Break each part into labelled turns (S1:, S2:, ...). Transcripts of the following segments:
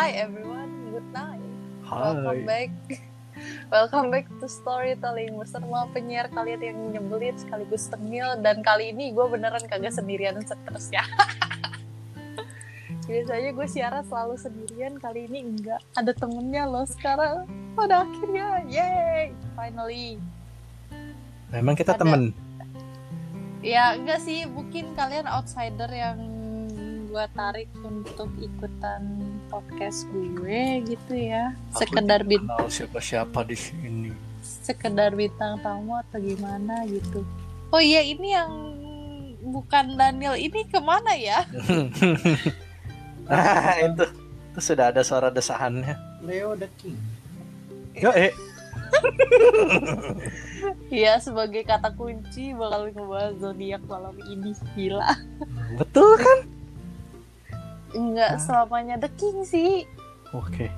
S1: Hi everyone, good night.
S2: Hai.
S1: Welcome back to Storytelling bersama penyiar kalian yang nyebelin sekaligus tengil. Dan kali ini gue beneran kagak sendirian stres ya. Biasanya gue siaran selalu sendirian, kali ini enggak, ada temennya loh sekarang. Pada akhirnya, yay, finally.
S2: Memang kita temen.
S1: Ya enggak sih, mungkin kalian outsider yang gue tarik untuk ikutan podcast gue gitu ya. Sekedar bintang
S2: siapa-siapa di sini.
S1: Sekedar bintang tamu atau gimana gitu. Oh iya, ini yang bukan Daniel ini kemana ya?
S2: itu sudah ada suara desahannya.
S3: Leo the King.
S2: Yo
S1: Iya, sebagai kata kunci bakal ngebahas zodiak malam ini. Gila.
S2: Betul kan?
S1: Enggak selamanya The King sih.
S2: Oke.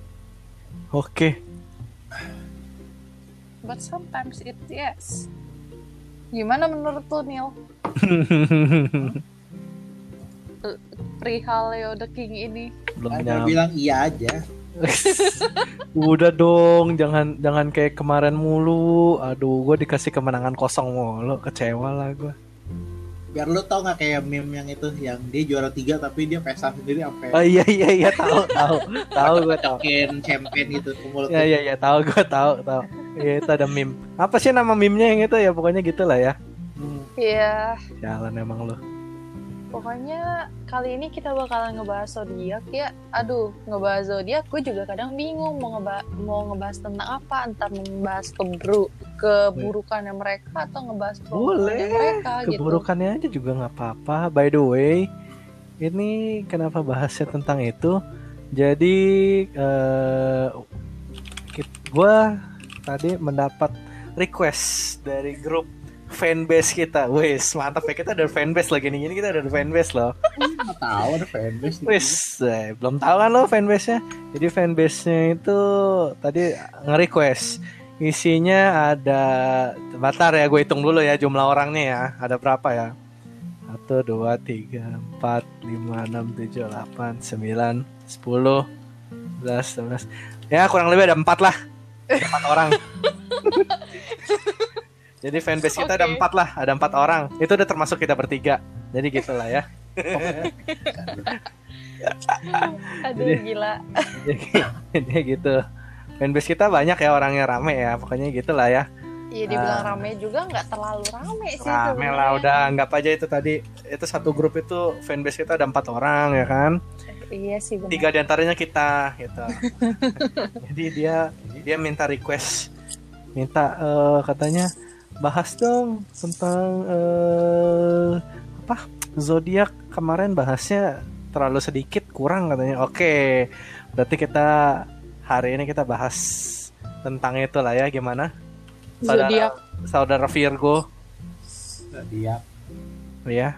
S1: But sometimes it yes. Gimana menurut lu, Neil? Perihal Leo The King ini.
S2: Belum
S3: Ada bilang iya aja.
S2: Udah dong, jangan kayak kemarin mulu. Aduh, gue dikasih kemenangan kosong mulu, kecewa lah gue.
S3: Biar lu tau nggak kayak meme yang itu, yang dia juara 3 tapi dia pesta sendiri sampai
S2: Oh iya tahu gue tahu.
S3: bikin champion gitu ke mulut.
S2: Iya tahu. Iya, itu ada meme. Apa sih nama meme-nya yang itu ya? Pokoknya gitulah ya.
S1: Iya.
S2: Jalan emang lu.
S1: Pokoknya kali ini kita bakalan ngebahas zodiak ya. Aduh, ngebahas zodiak gue juga kadang bingung mau ngebahas tentang apa. Entah membahas keburukannya mereka atau ngebahas keburukannya mereka gitu.
S2: Keburukannya aja juga nggak apa-apa. By the way, ini kenapa bahasnya tentang itu? Jadi gue tadi mendapat request dari grup fanbase kita. Wis, mantap ya, kita ada fanbase lagi nih. Ini kita ada fanbase loh.
S3: Nggak tahu ada fanbase.
S2: Wis, belum tahu kan lo fanbase-nya. Jadi fanbase-nya itu tadi nge-request. Isinya ada, bentar ya, gue hitung dulu ya jumlah orangnya ya. Ada berapa ya? 1, 2, 3, 4, 5, 6, 7, 8, 9, 10, 11, 12. Ya kurang lebih ada 4 lah. 4 orang. Jadi fanbase kita ada 4 lah, ada 4 orang. Itu udah termasuk kita bertiga. Jadi gitulah ya.
S1: Aduh, gila.
S2: Jadi gitu. Fanbase kita banyak ya, orangnya rame ya. Pokoknya gitulah ya.
S1: Iya, dibilang rame juga nggak terlalu rame sih.
S2: Rame lah, udah anggap aja itu tadi. Itu satu grup itu fanbase kita ada 4 orang ya kan.
S1: Iya sih benar.
S2: 3 diantaranya kita gitu. Jadi dia minta request, katanya bahas dong tentang zodiak. Kemarin bahasnya terlalu sedikit, kurang katanya. Oke, berarti kita hari ini kita bahas tentang itu lah ya. Gimana? Saudara Virgo.
S3: Zodiak.
S2: Ya.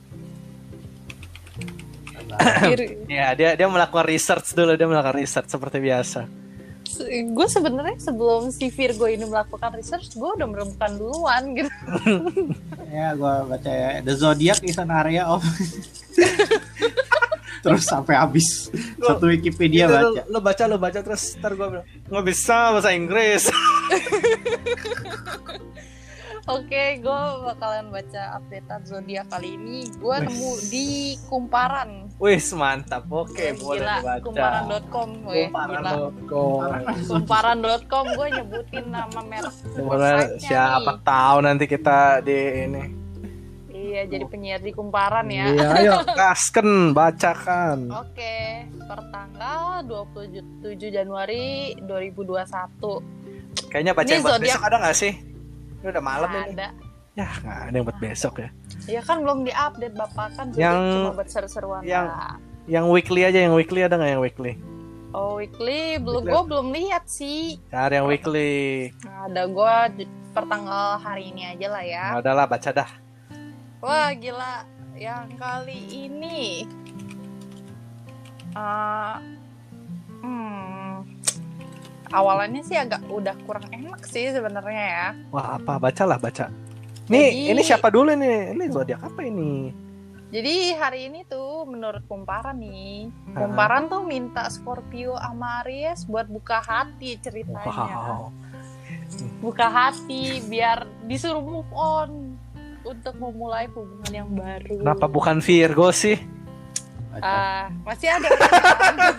S2: Ya, dia melakukan research dulu, seperti biasa.
S1: Gue sebenarnya sebelum si Virgo ini melakukan research, gue udah menemukan duluan gitu.
S3: Ya, gue baca ya. The Zodiac is an area of terus sampai habis satu Wikipedia baca.
S2: Lo baca terus ntar gue bilang nggak bisa bahasa Inggris.
S1: Oke, gue bakalan baca updatean zodiak kali ini. Gue nemu di Kumparan.
S2: Wih, mantap. Oke, boleh dibaca.
S1: Kumparan.com. Kumparan.com. Gue nyebutin nama merek website-nya.
S2: Siapa tahu nanti kita di ini.
S1: Iya, jadi penyiar di Kumparan ya.
S2: Iya, ayo kasken, bacakan.
S1: Oke, per tanggal 27 Januari 2021.
S2: Kayaknya baca buat besok ada nggak sih? Ini udah malam ini.
S1: Ada.
S2: Ya, nggak ada yang buat besok ya.
S1: Ya kan belum diupdate Bapak, kan cuma buat seru-seruan.
S2: Yang weekly aja, yang weekly ada nggak yang weekly?
S1: Oh, weekly gue belum lihat sih.
S2: Cari yang weekly.
S1: Ada, gue per tanggal hari ini aja lah ya.
S2: Nah, udahlah, baca dah.
S1: Wah, gila. Yang kali ini awalannya sih agak udah kurang enak sih sebenarnya ya.
S2: Wah, apa? Baca. Nih, jadi, ini siapa dulu nih? Ini zodiak apa ini?
S1: Jadi hari ini tuh menurut kumparan nih, kumparan tuh minta Scorpio sama Aries buat buka hati ceritanya.
S2: Wow.
S1: Buka hati biar disuruh move on untuk memulai hubungan yang baru.
S2: Kenapa bukan Virgo sih?
S1: Masih ada. Tenang.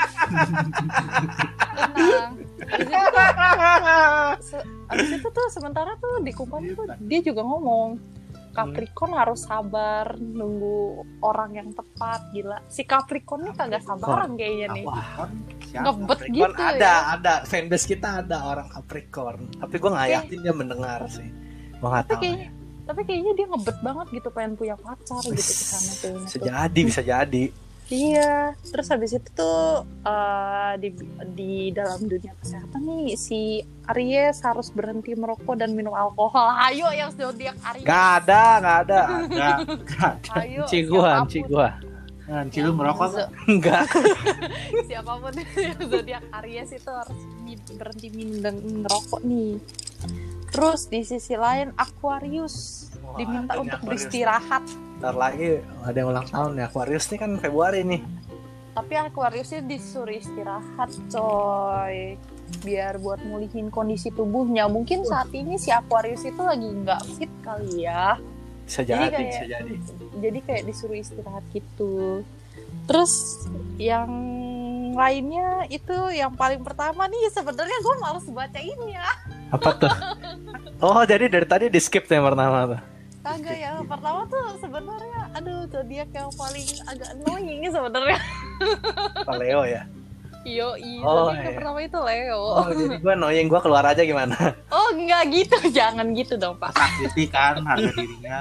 S1: Abis itu tuh sementara tuh di kumparan tuh dia juga ngomong Capricorn harus sabar nunggu orang yang tepat. Gila, si Capricorn nih kagak sabaran kayaknya nih. Ngebet gitu
S2: ada fanbase kita ada orang Capricorn, tapi gue nggak yakin dia mendengar sih. Gue nggak tahu.
S1: Tapi kayaknya dia ngebet banget gitu, pengen punya pacar gitu kesana tuh.
S2: Bisa jadi.
S1: Iya, terus habis itu tuh di dalam dunia kesehatan nih si Aries harus berhenti merokok dan minum alkohol. Ayo yang zodiak Aries.
S2: Gak ada.
S1: Ayo.
S2: Ci gua.
S3: Ci lu merokok tuh?
S2: Enggak.
S1: Siapapun yang zodiak Aries itu harus berhenti minum dan merokok nih. Terus di sisi lain Aquarius diminta untuk beristirahat.
S2: Ntar lagi ada yang ulang tahun ya, Aquarius nih kan Februari nih.
S1: Tapi Aquariusnya disuruh istirahat coy, biar buat mulihin kondisi tubuhnya. Mungkin saat ini si Aquarius itu lagi nggak fit kali ya.
S2: Bisa jadi.
S1: Jadi kayak disuruh istirahat gitu. Terus yang lainnya itu yang paling pertama nih sebenarnya gue males bacainnya.
S2: Apa tuh? Oh jadi dari tadi di skip tuh yang pertama tuh.
S1: Kagak ya, pertama tuh sebenarnya aduh zodiak yang paling agak annoying sebenarnya.
S2: Leo ya?
S1: Zodiak pertama itu Leo.
S2: Oh jadi gue annoying, gue keluar aja gimana?
S1: Oh enggak gitu, jangan gitu dong Pak.
S3: Sakiti kan harga dirinya.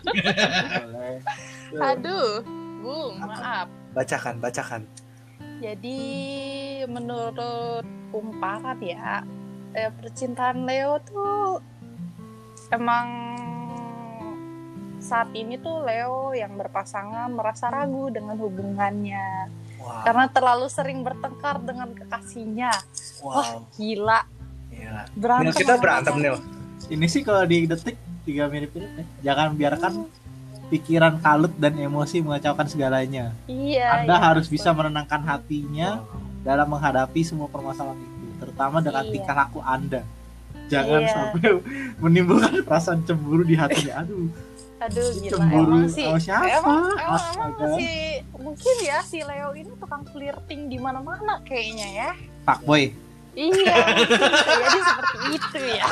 S1: Aduh, Bung, maaf.
S2: Bacakan.
S1: Jadi menurut kumparan ya, percintaan Leo tuh emang saat ini tuh Leo yang berpasangan merasa ragu dengan hubungannya. Wow. Karena terlalu sering bertengkar dengan kekasihnya. Wow. Wah gila.
S2: Kita berantem nih.
S3: Ini sih kalau di detik juga mirip-mirip ya. Jangan biarkan pikiran kalut dan emosi mengacaukan segalanya.
S1: Iya.
S3: Anda harus bisa menenangkan hatinya dalam menghadapi semua permasalahan itu, terutama dengan tingkah laku Anda. Jangan sampai menimbulkan perasaan cemburu di hatinya. Aduh gila, cemburu
S1: emang
S3: siapa?
S1: Emang sih mungkin ya si Leo ini tukang flirting di mana-mana kayaknya ya.
S3: Fuckboy.
S1: Iya, jadi seperti itu ya.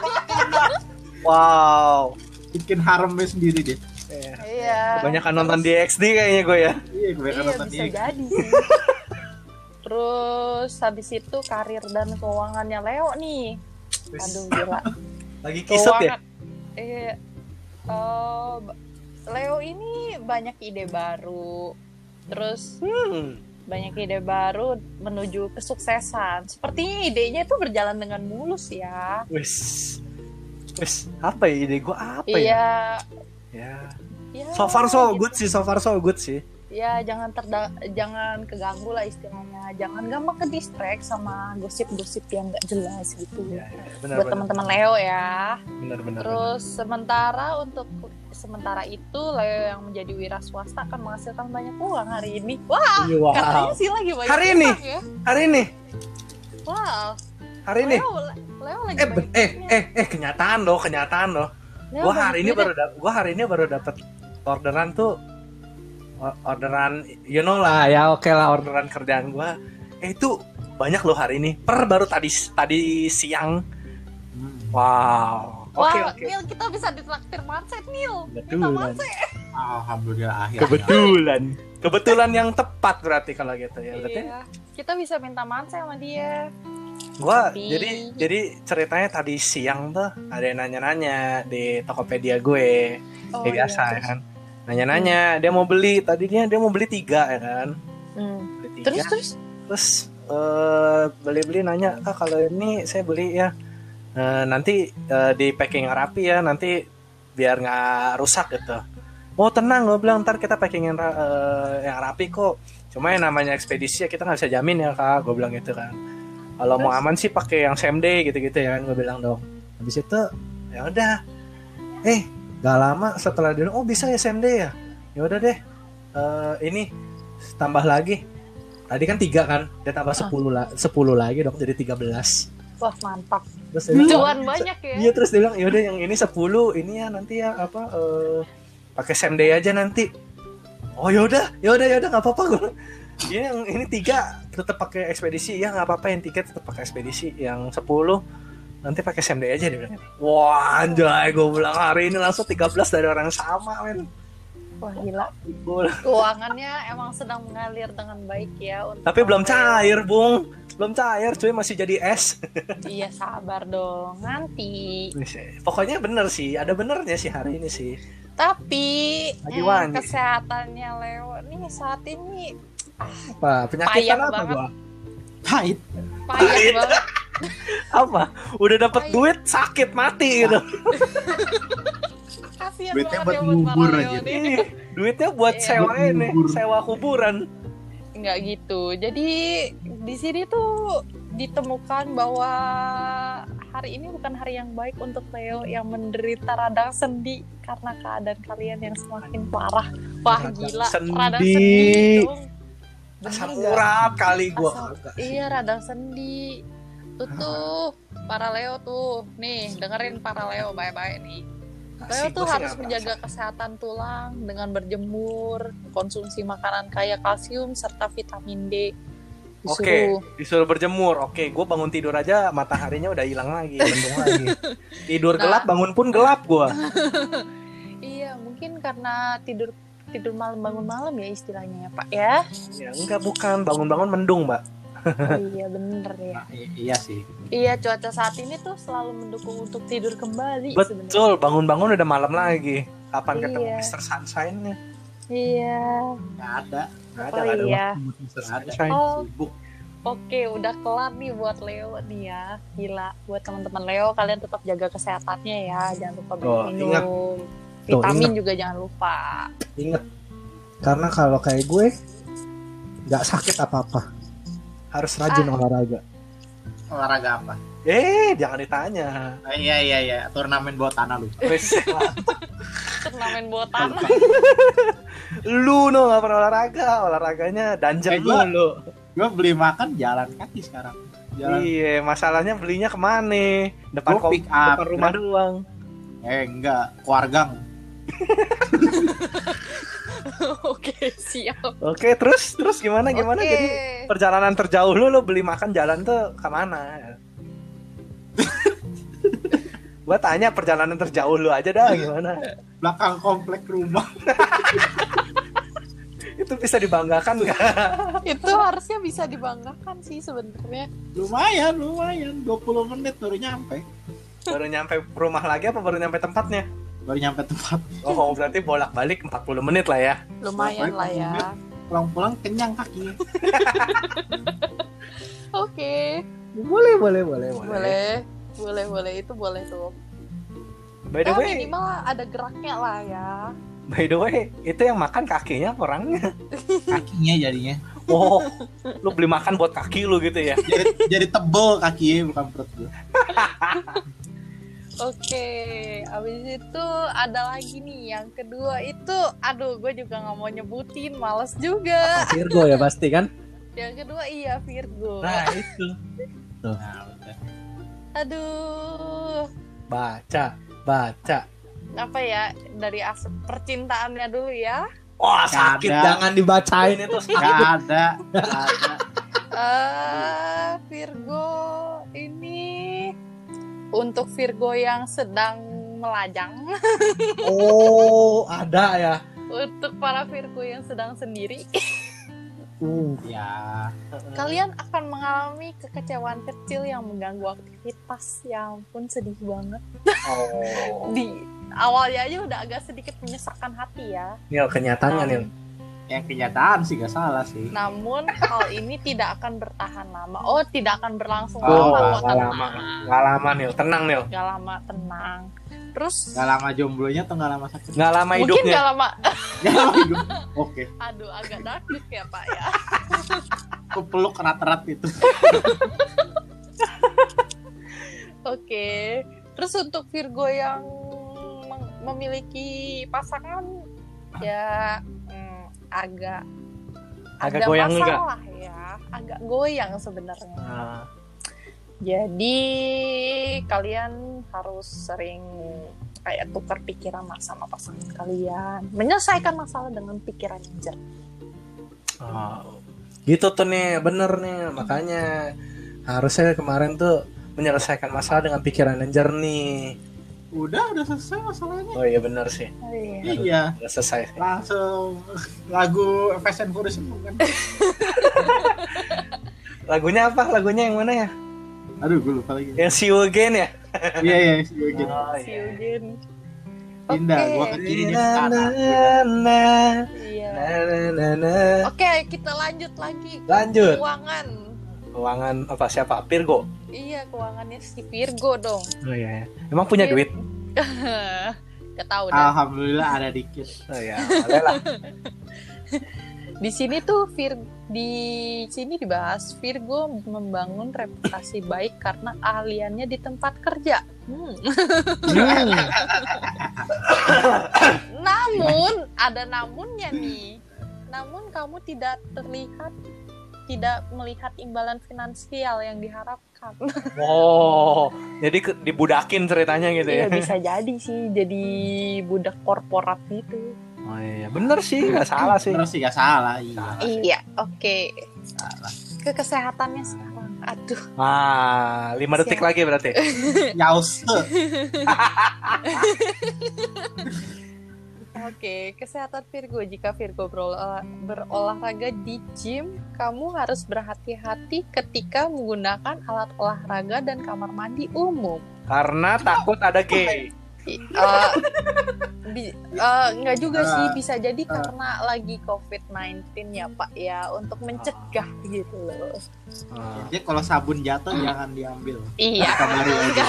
S2: Wow,
S3: bikin haremnya sendiri deh.
S1: Iya.
S2: Kebanyakan nonton di XD kayaknya gue ya.
S3: Iya, kebanyakan nonton
S1: bisa jadi sih. Terus habis itu karir dan keuangannya Leo nih. Aduh gila.
S2: Lagi kisut ya?
S1: Leo ini banyak ide baru. Terus banyak ide baru menuju kesuksesan. Sepertinya idenya itu berjalan dengan mulus ya.
S2: Wis, apa ya ide gue apa ya? Ya. So far so good sih.
S1: Ya jangan keganggu lah istilahnya. Jangan gampang ke distract sama gosip-gosip yang nggak jelas gitu.
S2: Ya,
S1: buat teman-teman Leo ya.
S2: Benar.
S1: Terus sementara itu Leo yang menjadi wira swasta akan menghasilkan banyak uang hari ini. Wah, katanya sih lagi banyak
S2: hari
S1: ini.
S2: Ya. Hari ini.
S1: Wow.
S2: Hari ini.
S1: Leo lagi
S2: kenyataan loh. Gua hari ini baru dapat orderan you know lah ya, oke lah, orderan kerjaan gua. Itu banyak loh hari ini. Baru tadi siang. Wow. Oke.
S1: Nil, kita bisa ditraktir Manset, Nil.
S2: Kita
S1: Manset.
S3: Alhamdulillah akhirnya.
S2: Kebetulan yang tepat berarti kalau gitu ya. Berarti
S1: kita bisa minta Manset sama dia.
S2: Jadi ceritanya tadi siang tuh ada yang nanya-nanya di Tokopedia gue. Biasa ya kan. Nanya-nanya, dia mau beli. Tadinya dia mau beli 3 ya kan. Beli 3. Terus beli nanya, kalau ini saya beli ya. Nanti di packing rapi ya, nanti biar nggak rusak gitu. Oh tenang, gue bilang ntar kita packing yang rapi kok. Cuma yang namanya ekspedisi ya kita nggak bisa jamin ya kak, gue bilang gitu kan. Kalau mau aman sih pakai yang same day gitu-gitu ya kan, gue bilang dong. Habis itu ya udah, gak lama setelah dia, oh bisa ya same day ya. Ya udah deh. Ini tambah lagi. Tadi kan 3 kan, dia tambah 10 lagi dong jadi 13.
S1: Wah, mantap.
S2: Terus dia bilang,
S1: Cuan banyak ya.
S2: Iya, terus dia bilang, "Ya udah yang ini 10, ini ya nanti ya pakai same day aja nanti." Oh, ya udah enggak apa-apa gue. Yang ini 3 tetap pakai ekspedisi ya, enggak apa-apa, yang 3 tetap pakai ekspedisi, yang 10 nanti pakai same day aja dia bilang. Wah, anjay, gue bilang hari ini langsung 13 dari orang sama, men.
S1: Wah, gila. Keuangannya emang sedang mengalir dengan baik ya.
S2: Tapi belum cair, Bung. Belum cair, cuy, masih jadi es.
S1: Iya, sabar dong. Nanti.
S2: Pokoknya bener sih, ada benernya sih hari ini sih.
S1: Tapi
S2: Wangi.
S1: kesehatannya Leo nih saat ini
S2: Apa? Penyakitan apa
S1: banget.
S2: gua?
S3: Pahit.
S1: Payah banget.
S2: Apa? Udah dapat duit sakit mati gitu.
S1: Kasian
S3: Duitnya
S1: banget
S3: buat
S1: ya
S3: ngubur
S1: para
S3: aja.
S1: Leo nih.
S2: Duitnya buat sewa
S3: buat
S2: ini,
S3: ngubur.
S2: sewa kuburan.
S1: Nggak gitu. Jadi di sini tuh ditemukan bahwa hari ini bukan hari yang baik untuk Leo yang menderita radang sendi karena keadaan kalian yang semakin parah. Wah,
S2: Radang
S1: gila,
S2: sendi.
S1: radang sendi dong.
S2: Asam
S1: Bener nggak?
S2: urat kali gua.
S1: Iya, radang sendi. Tuh, para Leo tuh. Nih, dengerin para Leo baik-baik nih. Leo tuh harus menjaga kesehatan tulang dengan berjemur, konsumsi makanan kaya kalsium serta vitamin D.
S2: Disuruh berjemur. Oke, gue bangun tidur aja mataharinya udah hilang lagi, mendung lagi. Tidur gelap, bangun pun gelap gue.
S1: Iya, mungkin karena tidur malam bangun malam ya istilahnya ya, Pak ya.
S2: Ya enggak, bukan, bangun-bangun mendung, Mbak.
S1: Oh, iya bener ya.
S3: Nah, iya sih.
S1: Iya, cuaca saat ini tuh selalu mendukung untuk tidur kembali.
S2: Betul,
S1: sebenarnya.
S2: bangun-bangun udah malam lagi. Kapan
S1: Iya.
S2: ketemu Mr. Sunshine-nya?
S1: Iya.
S3: Nggak ada.
S2: Nggak ada,
S1: Oh,
S2: nggak ada
S1: iya.
S2: waktu buat Mr.
S3: Nggak ada.
S2: Sunshine.
S1: Oh,
S3: Sibuk.
S1: oke, udah kelar nih buat Leo nih ya. Gila, buat teman-teman Leo kalian tetap jaga kesehatannya ya. Jangan lupa minum.
S2: ingat.
S1: Vitamin
S2: ingat.
S1: juga jangan lupa.
S2: Ingat, karena kalau kayak gue nggak sakit apa-apa. Harus rajin olahraga.
S3: Olahraga apa?
S2: Jangan ditanya.
S3: Iya. Turnamen bawah tanah lu.
S2: Wes,
S1: Turnamen bawa tanah.
S2: lu no nggak pernah olahraganya dungeon lu.
S3: Gue beli makan jalan kaki sekarang. Jalan.
S2: Iya, masalahnya belinya kemana? Depan
S3: Gua pick up,
S2: depan rumah doang.
S3: Enggak, Wargang.
S1: Oke, siap.
S2: Oke, terus gimana?
S1: Oke.
S2: Jadi perjalanan terjauh lu beli makan jalan tuh kemana? Gua tanya perjalanan terjauh lu aja dah gimana?
S3: Belakang komplek rumah.
S2: Itu bisa dibanggakan nggak?
S1: Itu harusnya bisa dibanggakan sih sebenarnya.
S3: Lumayan. 20 menit baru nyampe.
S2: Baru nyampe rumah lagi apa baru nyampe tempatnya?
S3: Baru nyampe tempat.
S2: Oh, berarti bolak-balik 40 menit lah ya.
S1: Lumayan lah ya.
S3: Pulang-pulang kenyang kakinya.
S1: Oke.
S2: Boleh.
S1: Boleh, itu boleh tuh.
S2: By the way,
S1: Minimal ada geraknya lah ya.
S2: itu yang makan kakinya apa orangnya?
S3: Kakinya jadinya.
S2: Oh, lu beli makan buat kaki lu gitu ya?
S3: Jadi tebel kakinya bukan perut gue.
S1: Oke, abis itu ada lagi nih yang kedua itu, aduh gue juga nggak mau nyebutin, males juga.
S2: Virgo ya pasti kan?
S1: Yang kedua iya Virgo.
S2: Nah itu.
S3: Nah, udah.
S1: Aduh,
S2: Baca.
S1: apa ya dari aspek percintaannya dulu ya.
S2: Wah sakit,
S3: Ada.
S2: jangan dibacain itu sakit.
S3: Gak ada.
S1: Virgo ini untuk Virgo yang sedang melajang.
S2: Oh ada ya.
S1: Untuk para Virgo yang sedang sendiri,
S3: Ya.
S1: kalian akan mengalami kekecewaan kecil yang mengganggu aktivitas. Ya ampun, sedih banget.
S2: Oh.
S1: Di awalnya aja udah agak sedikit menyesakkan hati ya.
S2: Nil, kenyataannya Nil.
S3: Yang kenyataan sih gak salah sih.
S1: Namun hal ini tidak akan bertahan lama. Oh, tidak akan berlangsung
S3: Oh,
S1: lama.
S2: Nggak lama. Nggak lama Nil, tenang Nil.
S1: Gak lama, tenang. Terus
S3: Gak lama jomblonya atau gak lama sakit?
S2: Nggak lama
S1: mungkin
S2: hidupnya.
S1: gak lama.
S3: Gak lama hidup. Oke.
S1: Aduh, agak dark ya Pak ya.
S3: Aku peluk erat-erat itu.
S1: Oke. Terus untuk Virgo yang memiliki pasangan, ya agak
S2: Agak
S1: ada
S2: goyang juga.
S1: masalah ya, agak goyang sebenarnya.
S2: Nah,
S1: Jadi kalian harus sering kayak tukar pikiran lah sama pasangan kalian, menyelesaikan masalah dengan pikiran yang jernih.
S2: gitu tuh nih, bener nih. Makanya harusnya kemarin tuh menyelesaikan masalah dengan pikiran yang jernih.
S3: Udah selesai masalahnya.
S2: Oh iya bener sih.
S1: Oh, iya.
S3: Iya.
S2: Udah selesai.
S3: Langsung lagu Fast and Furious bukan?
S2: Lagunya apa? Lagunya yang mana ya?
S3: Aduh, gue lupa lagi.
S2: Yang See You Again ya?
S3: Iya, see you again.
S2: Oh,
S1: See you again.
S3: Indah,
S1: Oke.
S3: gua ke kirinya
S2: Na,
S3: kanan.
S2: na,
S1: Iya.
S2: na, na, na, na.
S1: Oke, kita lanjut lagi. ke
S2: Lanjut.
S1: Keuangan.
S2: Keuangan apa, siapa? Virgo.
S1: Iya, keuangannya si Virgo dong.
S2: Oh iya. Emang punya duit?
S1: Gak tahu dah.
S3: Alhamdulillah ada dikit.
S2: Oh iya, boleh lah.
S1: Di sini tuh di sini dibahas Virgo membangun reputasi baik karena ahliannya di tempat kerja. Namun ada namunnya nih. Namun kamu tidak melihat imbalan finansial yang diharapkan.
S2: Oh, jadi dibudakin ceritanya gitu ya?
S1: Iya, bisa jadi sih, jadi budak korporat gitu.
S2: Oh iya, bener sih, nggak salah sih.
S3: Terus sih gak salah. Iya.
S1: Iya, oke.
S3: Salah.
S1: Ke kesehatannya sekarang. Aduh.
S2: 5 detik
S1: Siap.
S2: lagi berarti.
S3: Yaus.
S1: Oke, kesehatan Virgo. Jika Virgo berolahraga di gym, kamu harus berhati-hati ketika menggunakan alat olahraga dan kamar mandi umum.
S2: Karena takut ada gay.
S1: Nggak juga sih, bisa jadi karena lagi COVID-19 ya Pak ya, untuk mencegah gitu loh.
S3: Jadi kalau sabun jatuh jangan diambil.
S1: Iya.
S3: Baru aja.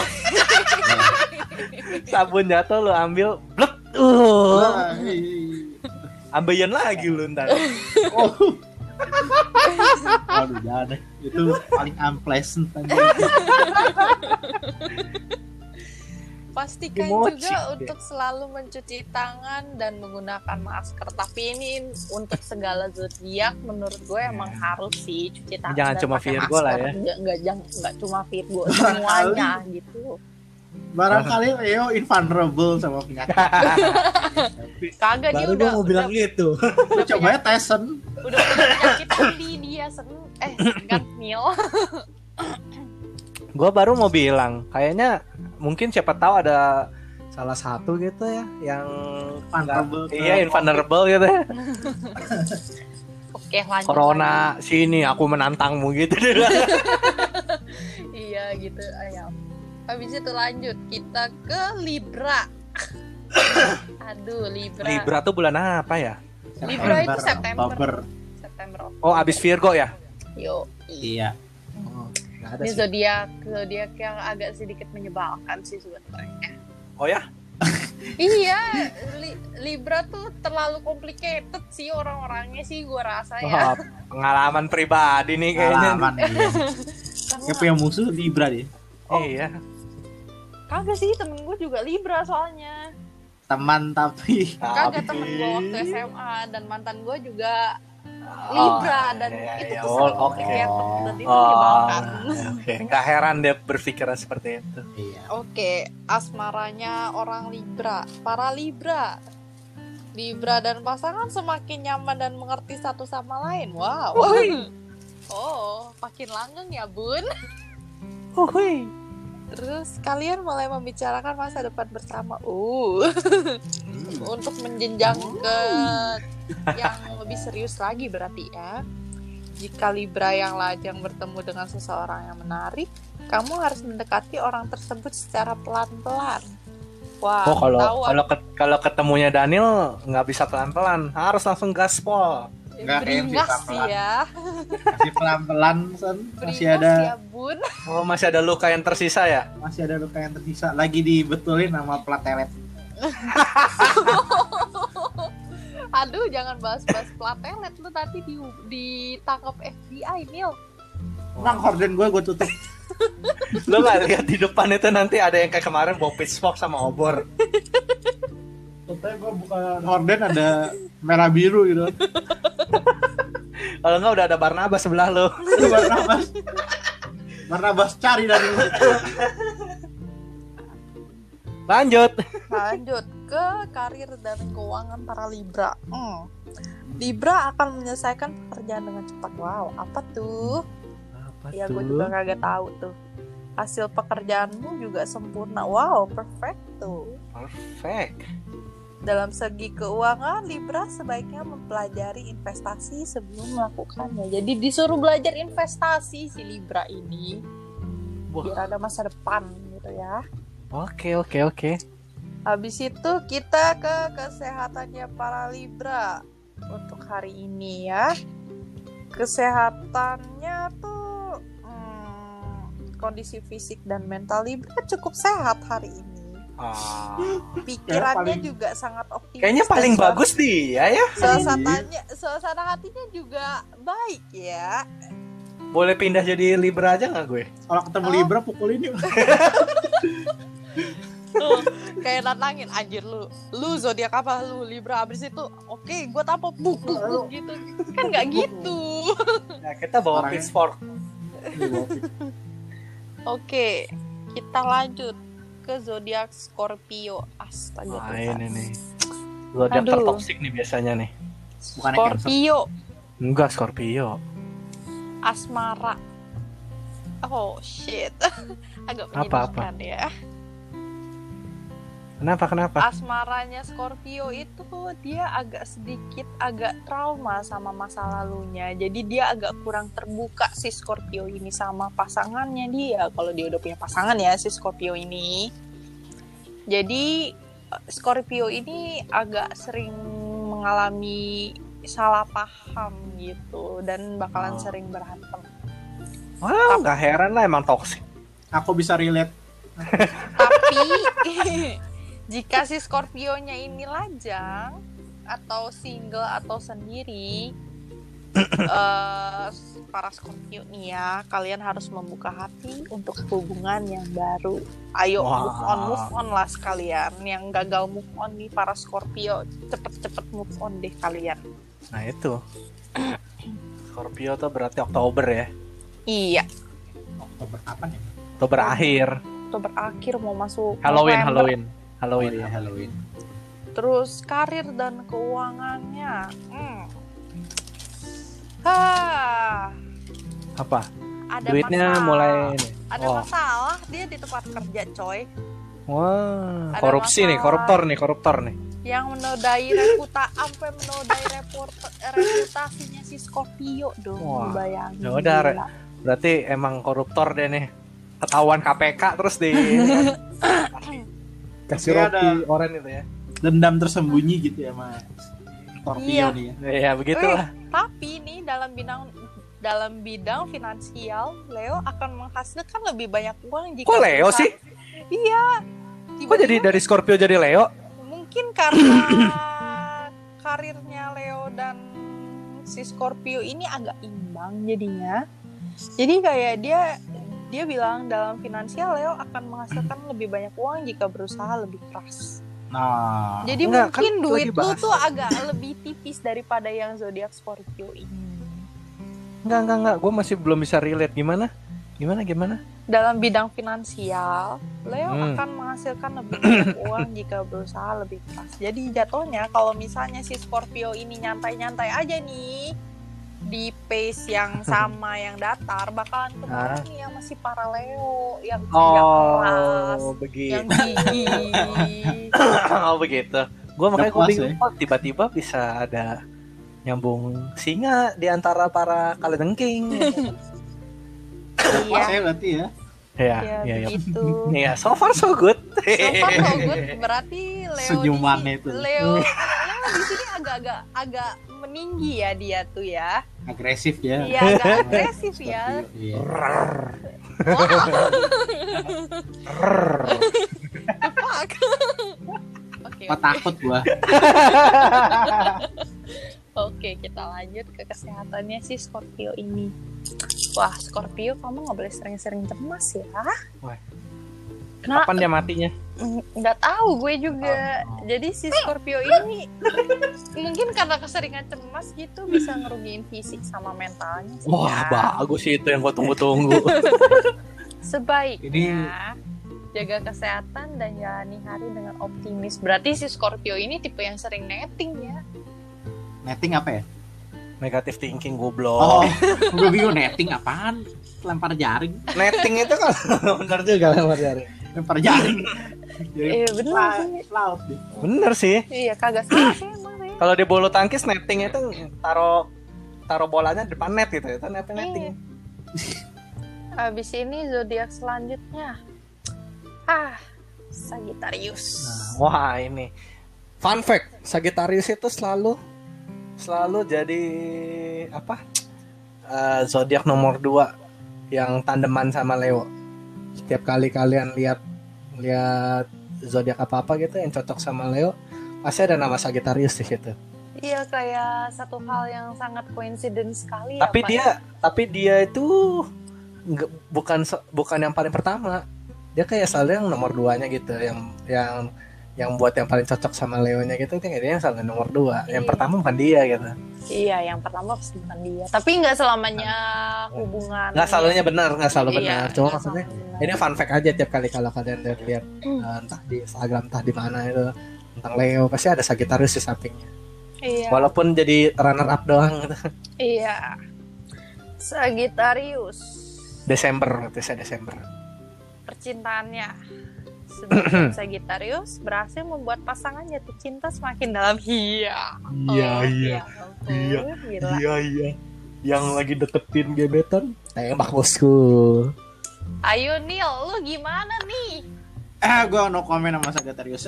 S2: Sabun jatuh lu ambil, blek.
S3: Wah,
S2: Ambeien lagi lu ntar.
S3: Oh. Aduh, jangan deh. Itu paling unpleasant aja.
S1: Pastikan
S2: Emosi
S1: juga
S2: deh.
S1: untuk selalu mencuci tangan dan menggunakan masker. Tapi ini untuk segala zodiak menurut gue emang harus sih cuci tangan.
S2: Jangan
S1: dan
S2: cuma
S1: pakai
S2: Virgo lah ya.
S1: Nggak cuma Virgo, semuanya gitu.
S3: Barangkali Leo invulnerable sama penyakit.
S1: Kagak, dia
S2: Baru gua
S1: udah
S2: mau bilang gitu.
S3: Lu coba ya Tyson.
S1: udah punya penyakit tadi dia segan Mil.
S2: Gue baru mau bilang, kayaknya mungkin siapa tahu ada salah satu gitu ya yang
S3: Vulnerable.
S2: iya invulnerable gitu ya.
S1: Oke, lanjut.
S2: Corona sini aku menantangmu gitu.
S1: Iya gitu ayam. Habis itu lanjut kita ke Libra. Aduh, Libra.
S2: Libra tuh bulan apa ya?
S1: Libra itu September.
S3: Oktober.
S1: September.
S2: Oh, abis Virgo ya?
S1: Yo.
S3: Iya.
S2: Oh, nggak ada
S1: Ini
S2: sih.
S1: zodiak yang agak sedikit menyebalkan sih sebetulnya.
S2: Oh ya?
S1: Iya, Libra tuh terlalu complicated sih orang-orangnya sih gua rasa ya.
S2: Wah, pengalaman pribadi nih kayaknya.
S3: Pengalaman dia.
S1: Karena-
S3: Dia punya musuh Libra dia.
S2: Iya.
S1: Kagak sih, temen gue juga Libra soalnya.
S3: Teman tapi
S1: Kagak, temen gue waktu SMA dan mantan gue juga Libra dan
S2: iya,
S1: itu
S2: iya.
S1: tuh
S2: Oh,
S1: sangat
S2: oke.
S1: complicated dan itu
S2: Oh,
S1: menyebalkan.
S2: oke. Nggak heran dia berpikiran seperti itu.
S3: iya.
S1: Oke, asmaranya orang Libra. Para Libra dan pasangan semakin nyaman dan mengerti satu sama lain. Wow. Oh, makin langgeng ya, Bun. Terus kalian mulai membicarakan masa depan bersama. Untuk menjenjang ke yang lebih serius lagi berarti ya. Jika Libra yang lajang bertemu dengan seseorang yang menarik, kamu harus mendekati orang tersebut secara pelan-pelan. Wah,
S2: Oh,
S1: ketahuan.
S2: kalau ketemunya Daniel nggak bisa pelan-pelan, harus langsung gaspol.
S3: Nggak,
S1: Beringas
S3: Em,
S1: sih
S3: pelan-pelan.
S1: ya.
S3: Masih pelan-pelan Son. Masih
S1: Beringas
S3: ada
S1: ya, Bun.
S2: Oh, masih ada luka yang tersisa ya?
S3: masih ada luka yang tersisa. Lagi dibetulin sama platelet.
S1: Aduh, jangan bahas-bahas platelet lu nanti ditangkap FBI, Mil.
S3: Nang horden gue tutup.
S2: Lo nggak lihat di depan itu nanti ada yang kayak kemarin bawa pitchfork sama obor.
S3: Totalnya gue buka horden ada merah biru gitu.
S2: Kalau enggak udah ada Barnabas sebelah lo.
S3: Barnabas cari dari
S2: Lanjut
S1: ke karir dan keuangan para Libra. Libra akan menyelesaikan pekerjaan dengan cepat. Wow, apa tuh? Ya gue juga kagak tahu tuh. Hasil pekerjaanmu juga sempurna. Wow, perfect tuh.
S2: Perfect.
S1: Dalam segi keuangan, Libra sebaiknya mempelajari investasi sebelum melakukannya. Jadi disuruh belajar investasi si Libra ini. Biar ada masa depan gitu ya.
S2: Oke.
S1: Habis itu kita ke kesehatannya para Libra untuk hari ini ya. Kesehatannya tuh kondisi fisik dan mental Libra cukup sehat hari ini. Pikirannya juga sangat optimis.
S2: Kayaknya paling bagus dia ya.
S1: Suasana hatinya juga baik ya.
S2: Boleh pindah jadi Libra aja nggak gue?
S3: Kalau ketemu Libra pukulin yuk.
S1: Tuh, kayak nantangin anjir lu zodiak apa lu Libra, abis itu oke, gue tampok buk gitu kan nggak gitu.
S2: Nah, kita bawa pitchfork.
S1: Oke, kita lanjut ke zodiak Scorpio. Astaga.
S2: Ini nih. Zodiak tertoksik nih biasanya nih.
S3: Bukan
S1: Scorpio.
S2: Enggak, Scorpio.
S1: Asmara. Oh shit. Agak menyedihkan ya.
S2: Kenapa?
S1: Asmaranya Scorpio itu dia agak trauma sama masa lalunya. Jadi dia agak kurang terbuka si Scorpio ini sama pasangannya dia. Kalau dia udah punya pasangan ya si Scorpio ini. Jadi Scorpio ini agak sering mengalami salah paham gitu dan bakalan sering berantem.
S2: Wah, nggak heran lah, emang toksik.
S3: Aku bisa relate.
S1: Tapi jika si Scorpio-nya ini lajang atau single atau sendiri, para Scorpio nih ya, kalian harus membuka hati untuk hubungan yang baru. Ayo move on lah sekalian. Yang gagal move on nih para Scorpio, cepet move on deh kalian.
S2: Nah itu Scorpio tuh berarti Oktober ya?
S1: Iya.
S3: Oktober kapan ya?
S2: Oktober akhir
S1: mau masuk
S2: Halloween. Terus
S1: karir dan keuangannya.
S2: Apa?
S1: Ada
S2: duitnya
S1: masalah.
S2: Mulai
S1: ada masalah dia di tempat kerja, coy.
S2: Wah,
S1: Ada
S2: korupsi
S1: masalah.
S2: nih, koruptor nih.
S1: Yang menodai reputasinya si Scorpio dong. Bayangin.
S2: Ya udah, berarti emang koruptor deh nih. Ketahuan KPK terus kasih roti oren itu ya.
S3: Dendam tersembunyi gitu ya Mas Scorpio nih ya.
S2: Ya begitulah.
S1: Tapi nih dalam bidang finansial, Leo akan menghasilkan lebih banyak uang jika
S2: Kok Leo sih?
S1: Iya.
S2: Kok jadi dari Scorpio jadi Leo?
S1: Mungkin karena karirnya Leo dan si Scorpio ini agak imbang jadinya. Jadi kayak dia bilang dalam finansial Leo akan menghasilkan lebih banyak uang jika berusaha lebih keras.
S3: Nah,
S1: jadi mungkin duit lu tuh agak lebih tipis daripada yang zodiak Scorpio ini.
S2: Enggak, gue masih belum bisa relate. Gimana?
S1: Dalam bidang finansial, Leo akan menghasilkan lebih banyak uang jika berusaha lebih keras. Jadi jatuhnya kalau misalnya si Scorpio ini nyantai-nyantai aja nih di pace yang sama yang datar, bakalan ketemu nih yang masih para Leo yang keras, yang gigi.
S2: Oh begitu. Gue makanya gue bingung kok tiba-tiba bisa ada nyambung singa di antara para kalajengking.
S3: Iya. Saya berarti ya.
S2: Iya.
S1: Begitu.
S2: Iya, so far so good.
S1: Berarti Leo
S3: senyumannya itu.
S1: Leo di sini agak meninggi ya dia tuh ya.
S3: Agresif ya.
S1: Iya, agak agresif ya.
S3: Oke. Takut gua.
S1: Oke, kita lanjut ke kesehatannya si Scorpio ini. Wah, Scorpio, kamu nggak boleh sering-sering cemas ya.
S2: Wah. Kapan dia matinya?
S1: Nggak tahu gue juga. Jadi si Scorpio ini mungkin karena keseringan cemas gitu bisa ngerugiin fisik sama mentalnya sih.
S2: Wah, bagus itu yang gue tunggu-tunggu.
S1: Sebaiknya jaga kesehatan dan jalani hari dengan optimis. Berarti si Scorpio ini tipe yang sering netting ya.
S3: Netting apa ya?
S2: Negative thinking goblok.
S3: Oh, gue bingung netting apaan? Lempar jaring.
S2: Netting itu kan benar juga lempar jaring.
S3: Lempar jaring.
S1: Iya bener sih.
S3: Laut deh.
S2: Bener sih.
S1: Iya kagak salah sih emang sih.
S2: Kalau di bulu tangkis netting itu taruh bolanya depan net gitu, itu netting.
S1: Habis ini zodiak selanjutnya. Sagittarius.
S2: Nah, wah ini fun fact, Sagittarius itu selalu jadi apa? Zodiak nomor 2 yang tandeman sama Leo. Setiap kali kalian lihat zodiak apa gitu yang cocok sama Leo, pasti ada nama Sagittarius di situ.
S1: Iya, kayak satu hal yang sangat coincidence sekali.
S2: Tapi dia itu bukan yang paling pertama. Dia kayak selalu yang nomor 2-nya gitu, yang buat yang paling cocok sama Leonya gitu, dia yang selalu nomor 2. Yang pertama bukan dia gitu.
S1: Iya, yang pertama pasti bukan dia. Tapi nggak selamanya hubungan.
S2: Nggak selalu benar. Cuma maksudnya
S1: benar.
S2: ini fun fact aja, tiap kali kalau kalian lihat entah di Instagram entah di mana itu tentang Leo, pasti ada Sagittarius di sampingnya.
S1: Iya.
S2: Walaupun jadi runner up doang gitu.
S1: Iya. Sagittarius.
S2: Desember.
S1: Percintaannya. Sebelum Sagittarius berhasil membuat pasangan jatuh cinta semakin dalam. Iya.
S2: Yang lagi deketin gebetan, tembak bosku.
S1: Ayo Nil, lu gimana nih?
S3: Gue no comment sama Sagittarius.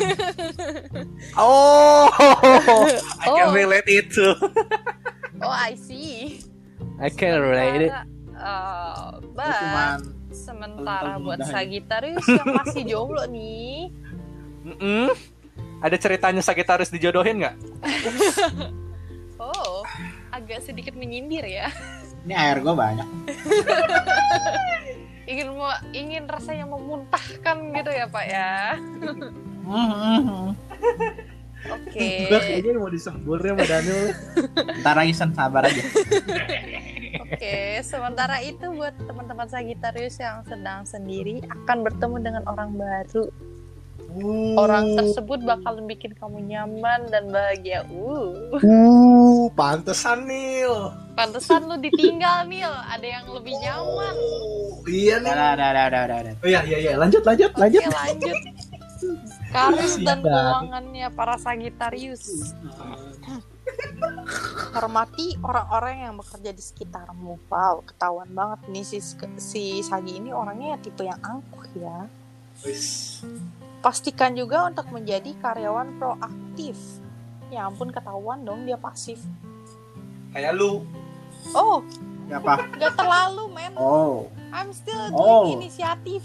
S2: Oh, I can relate it too.
S1: Oh, I see.
S2: I can relate it.
S1: But sementara buat Sagittarius yang masih jomblo nih.
S2: Ada ceritanya Sagittarius dijodohin nggak?
S1: Oh, agak sedikit menyindir ya.
S3: Ini air gue banyak.
S1: ingin rasanya memuntahkan gitu ya Pak ya. Oke.
S2: Gue kayaknya mau disembur ya sama Daniel.
S3: Ntar lagi sabar aja.
S1: Oke, sementara itu buat teman-teman Sagittarius yang sedang sendiri akan bertemu dengan orang baru. Orang tersebut bakal bikin kamu nyaman dan bahagia.
S2: Pantesan Nil.
S1: Pantesan lu ditinggal Nil. Ada yang lebih nyaman.
S2: Iya nih.
S3: Udah.
S2: Oh iya. Lanjut.
S1: Oke, lanjut. Karir dan keuangannya para Sagittarius. Hormati orang-orang yang bekerja di sekitarmu. Wow, ketahuan banget nih si Sagi ini orangnya tipe yang angkuh ya. Pastikan juga untuk menjadi karyawan proaktif. Ya ampun, ketahuan dong dia pasif.
S2: Kayak lu.
S1: Oh,
S3: Siapa?
S1: gak terlalu men.
S3: Oh.
S1: I'm still doing inisiatif.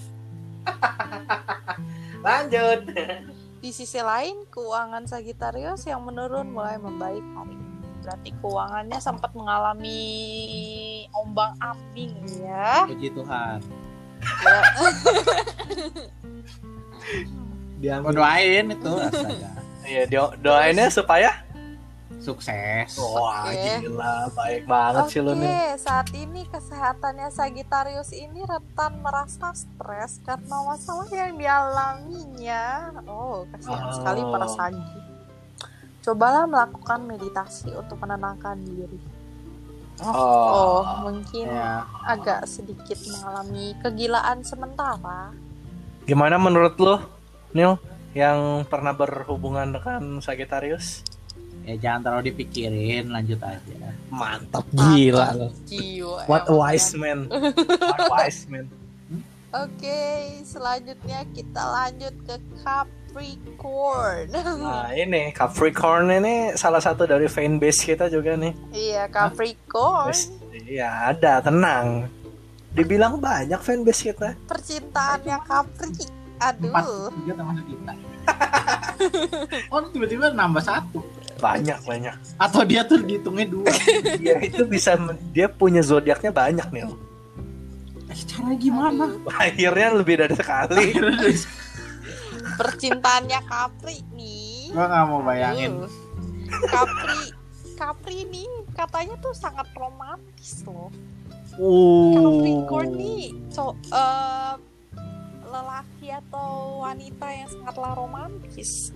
S2: Lanjut.
S1: Di sisi lain, keuangan Sagittarius yang menurun mulai membaik hari ini. Berarti keuangannya sempat mengalami ombang-ambing ya.
S3: Puji Tuhan. Gue doain itu astaga.
S2: Iya, doainnya supaya
S3: sukses.
S2: Wah, gila, baik banget sih lu nih.
S1: Oke, saat ini kesehatannya Sagittarius ini rentan merasa stres karena masalah yang dialaminya. Oh, kasihan sekali para Sagi. Cobalah melakukan meditasi untuk menenangkan diri. Mungkin agak sedikit mengalami kegilaan sementara.
S2: Gimana menurut lu, Nil, yang pernah berhubungan dengan Sagittarius?
S3: Ya jangan terlalu dipikirin, lanjut aja.
S2: Mantap, gila lo.
S1: Jiwa.
S2: What a wise man.
S1: Oke, selanjutnya kita lanjut ke Capricorn.
S2: Nah ini Capricorn ini salah satu dari fanbase kita juga nih.
S1: Iya, Capricorn.
S2: Iya, ada, tenang. Dibilang banyak fanbase kita.
S1: Percintaannya Capri. Aduh.
S3: 4 termasuk kita. Oh, tiba-tiba nambah 1.
S2: Banyak.
S3: Atau dia tuh dihitungnya 2.
S2: Dia itu dia punya zodiaknya banyak nih.
S3: Cara gimana?
S2: Akhirnya lebih dari sekali.
S1: Percintaannya Capri nih.
S3: Gua nggak mau bayangin.
S1: Aduh. Capri nih katanya tuh sangat romantis loh. Capricorn nih lelaki atau wanita yang sangatlah romantis.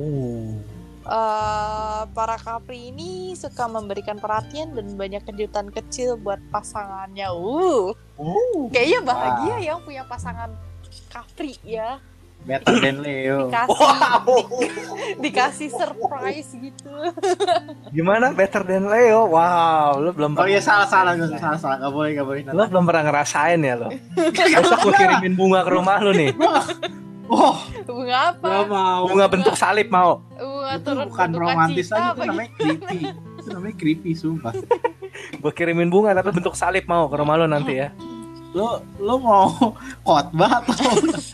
S1: Para Capri ini suka memberikan perhatian dan banyak kejutan kecil buat pasangannya. Kayaknya bahagia yang punya pasangan Capri ya.
S3: Better than Leo.
S1: Dikasih surprise gitu.
S2: Gimana better than Leo? Wow, lu belum.
S3: Oh iya salah. Gak boleh.
S2: Lu belum pernah ngerasain ya lo. Besok gue kirimin bunga ke rumah lu nih.
S1: Bunga apa?
S3: Gak mau.
S2: Bunga bentuk salib mau.
S3: Itu bukan romantis lagi, itu namanya creepy. Itu namanya creepy, sumpah.
S2: Gue kirimin bunga tapi bentuk salib mau ke rumah lu nanti ya.
S3: Lo mau khotbah atau?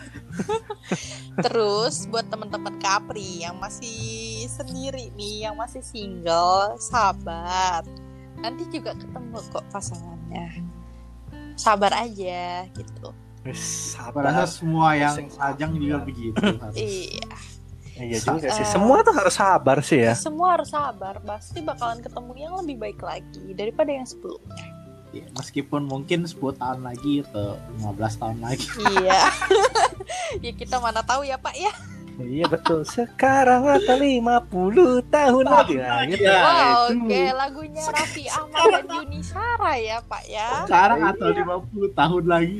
S1: Terus buat teman-teman Capri yang masih sendiri nih, yang masih single, sabar. Nanti juga ketemu kok pasangannya. Sabar aja gitu.
S2: Sabar.
S3: Rasa semua yang sajang juga begitu.
S2: Iya juga sih. Semua tuh harus sabar sih ya.
S1: Semua harus sabar. Pasti bakalan ketemu yang lebih baik lagi daripada yang sebelumnya.
S3: Ya, meskipun mungkin 10 tahun lagi atau 15 tahun lagi.
S1: Iya. Ya kita mana tahu ya Pak ya.
S2: Iya betul. Sekarang atau 50 tahun lagi.
S1: Wow, kayak lagunya Raffi Ahmad dan Yuni Shara ya Pak ya.
S3: Sekarang atau 50 tahun lagi.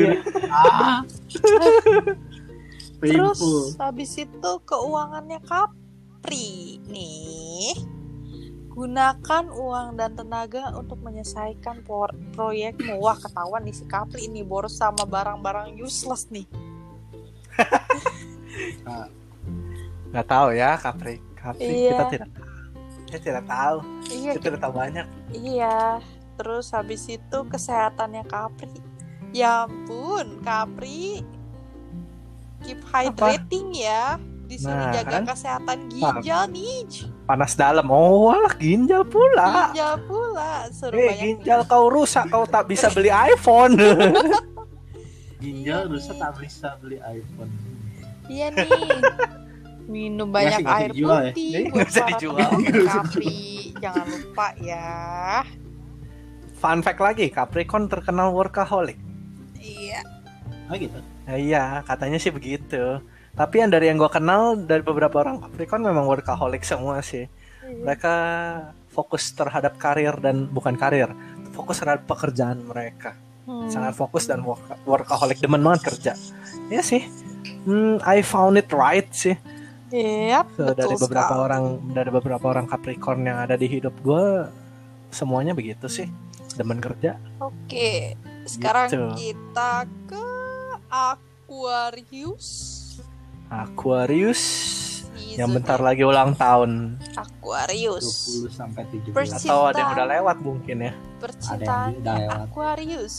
S1: Terus habis itu keuangannya Capri nih. Gunakan uang dan tenaga untuk menyelesaikan proyekmu. Wah, ketahuan nih si Capri ini boros sama barang-barang useless nih.
S2: Nggak tahu ya Capri.
S1: Iya.
S2: Kita tidak tahu.
S1: Iya,
S2: kita tidak tahu banyak.
S1: Iya. Terus habis itu kesehatannya Capri. Ya ampun, Capri keep hydrating ya. Disuruh jaga kesehatan ginjal nih.
S2: Panas dalam. Oh, walah ginjal pula.
S1: Suruh
S2: ginjal kau rusak, kau tak bisa beli iPhone.
S3: Ginjal rusak tak bisa beli iPhone.
S1: Iya nih. Minum banyak air putih buat para teman Capri. Jangan lupa ya.
S2: Fun fact lagi, Capricorn terkenal workaholic.
S1: Iya.
S3: Oh gitu.
S2: Iya, katanya sih begitu. Tapi yang dari yang gue kenal dari beberapa orang Capricorn memang workaholic semua sih. Mereka fokus terhadap karir dan bukan karir, fokus terhadap pekerjaan mereka. Sangat fokus dan workaholic, demen banget kerja. Ya sih. I found it right sih.
S1: Iya,
S2: so, dari beberapa orang Capricorn yang ada di hidup gue, semuanya begitu sih, demen kerja.
S1: Oke, sekarang gitu. Kita ke Aquarius
S2: yang bentar lagi ulang tahun.
S1: Aquarius
S3: 20 sampai 17.
S2: Atau ada yang udah lewat mungkin ya.
S1: Percintaan Aquarius.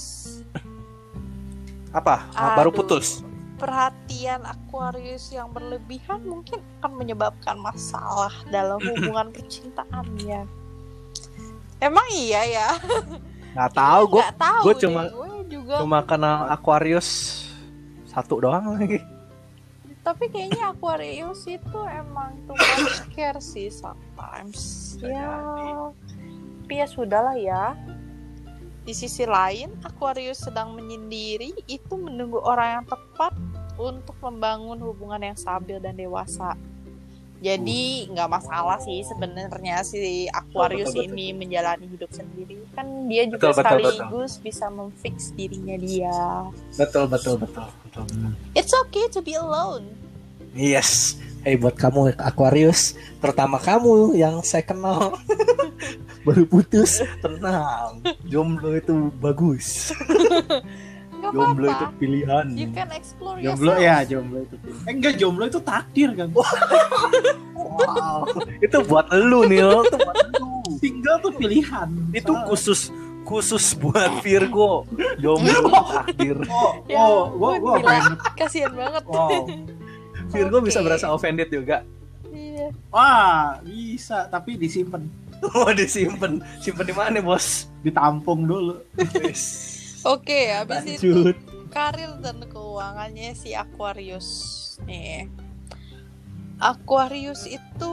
S2: Apa? Baru putus.
S1: Perhatian Aquarius yang berlebihan mungkin akan menyebabkan masalah dalam hubungan percintaannya. Emang iya ya?
S2: Nggak tahu, gue cuma kenal Aquarius satu doang lagi.
S1: Tapi kayaknya Aquarius itu emang too much care sih sometimes. Tapi ya sudahlah ya. Di sisi lain, Aquarius sedang menyendiri itu menunggu orang yang tepat untuk membangun hubungan yang stabil dan dewasa. Jadi nggak masalah sih sebenarnya si Aquarius ini menjalani hidup sendiri. Kan dia juga sekaligus bisa memfix dirinya dia.
S2: Betul.
S1: It's okay to be alone.
S2: Yes. Hey buat kamu Aquarius, terutama kamu yang saya kenal baru putus, tenang. Jomblo itu bagus. Jomblo itu pilihan.
S1: You can explore
S3: jomblo
S1: yourself.
S3: Jomblo itu pilihan. Enggak, jomblo itu takdir kan.
S2: Wow. Itu buat lu nih, itu buat lu.
S3: Single tuh pilihan.
S2: Itu khusus buat Virgo. Jomblo takdir.
S3: Gua
S1: kasihan banget.
S3: Wow.
S2: Virgo bisa berasa offended juga.
S1: Iya.
S3: Wah, bisa, tapi disimpan.
S2: Oh, disimpan. Simpan di mana, Bos?
S3: Ditampung dulu.
S1: Oke, habis itu
S2: Lanjut.
S1: karir dan keuangannya si Aquarius nih. Aquarius itu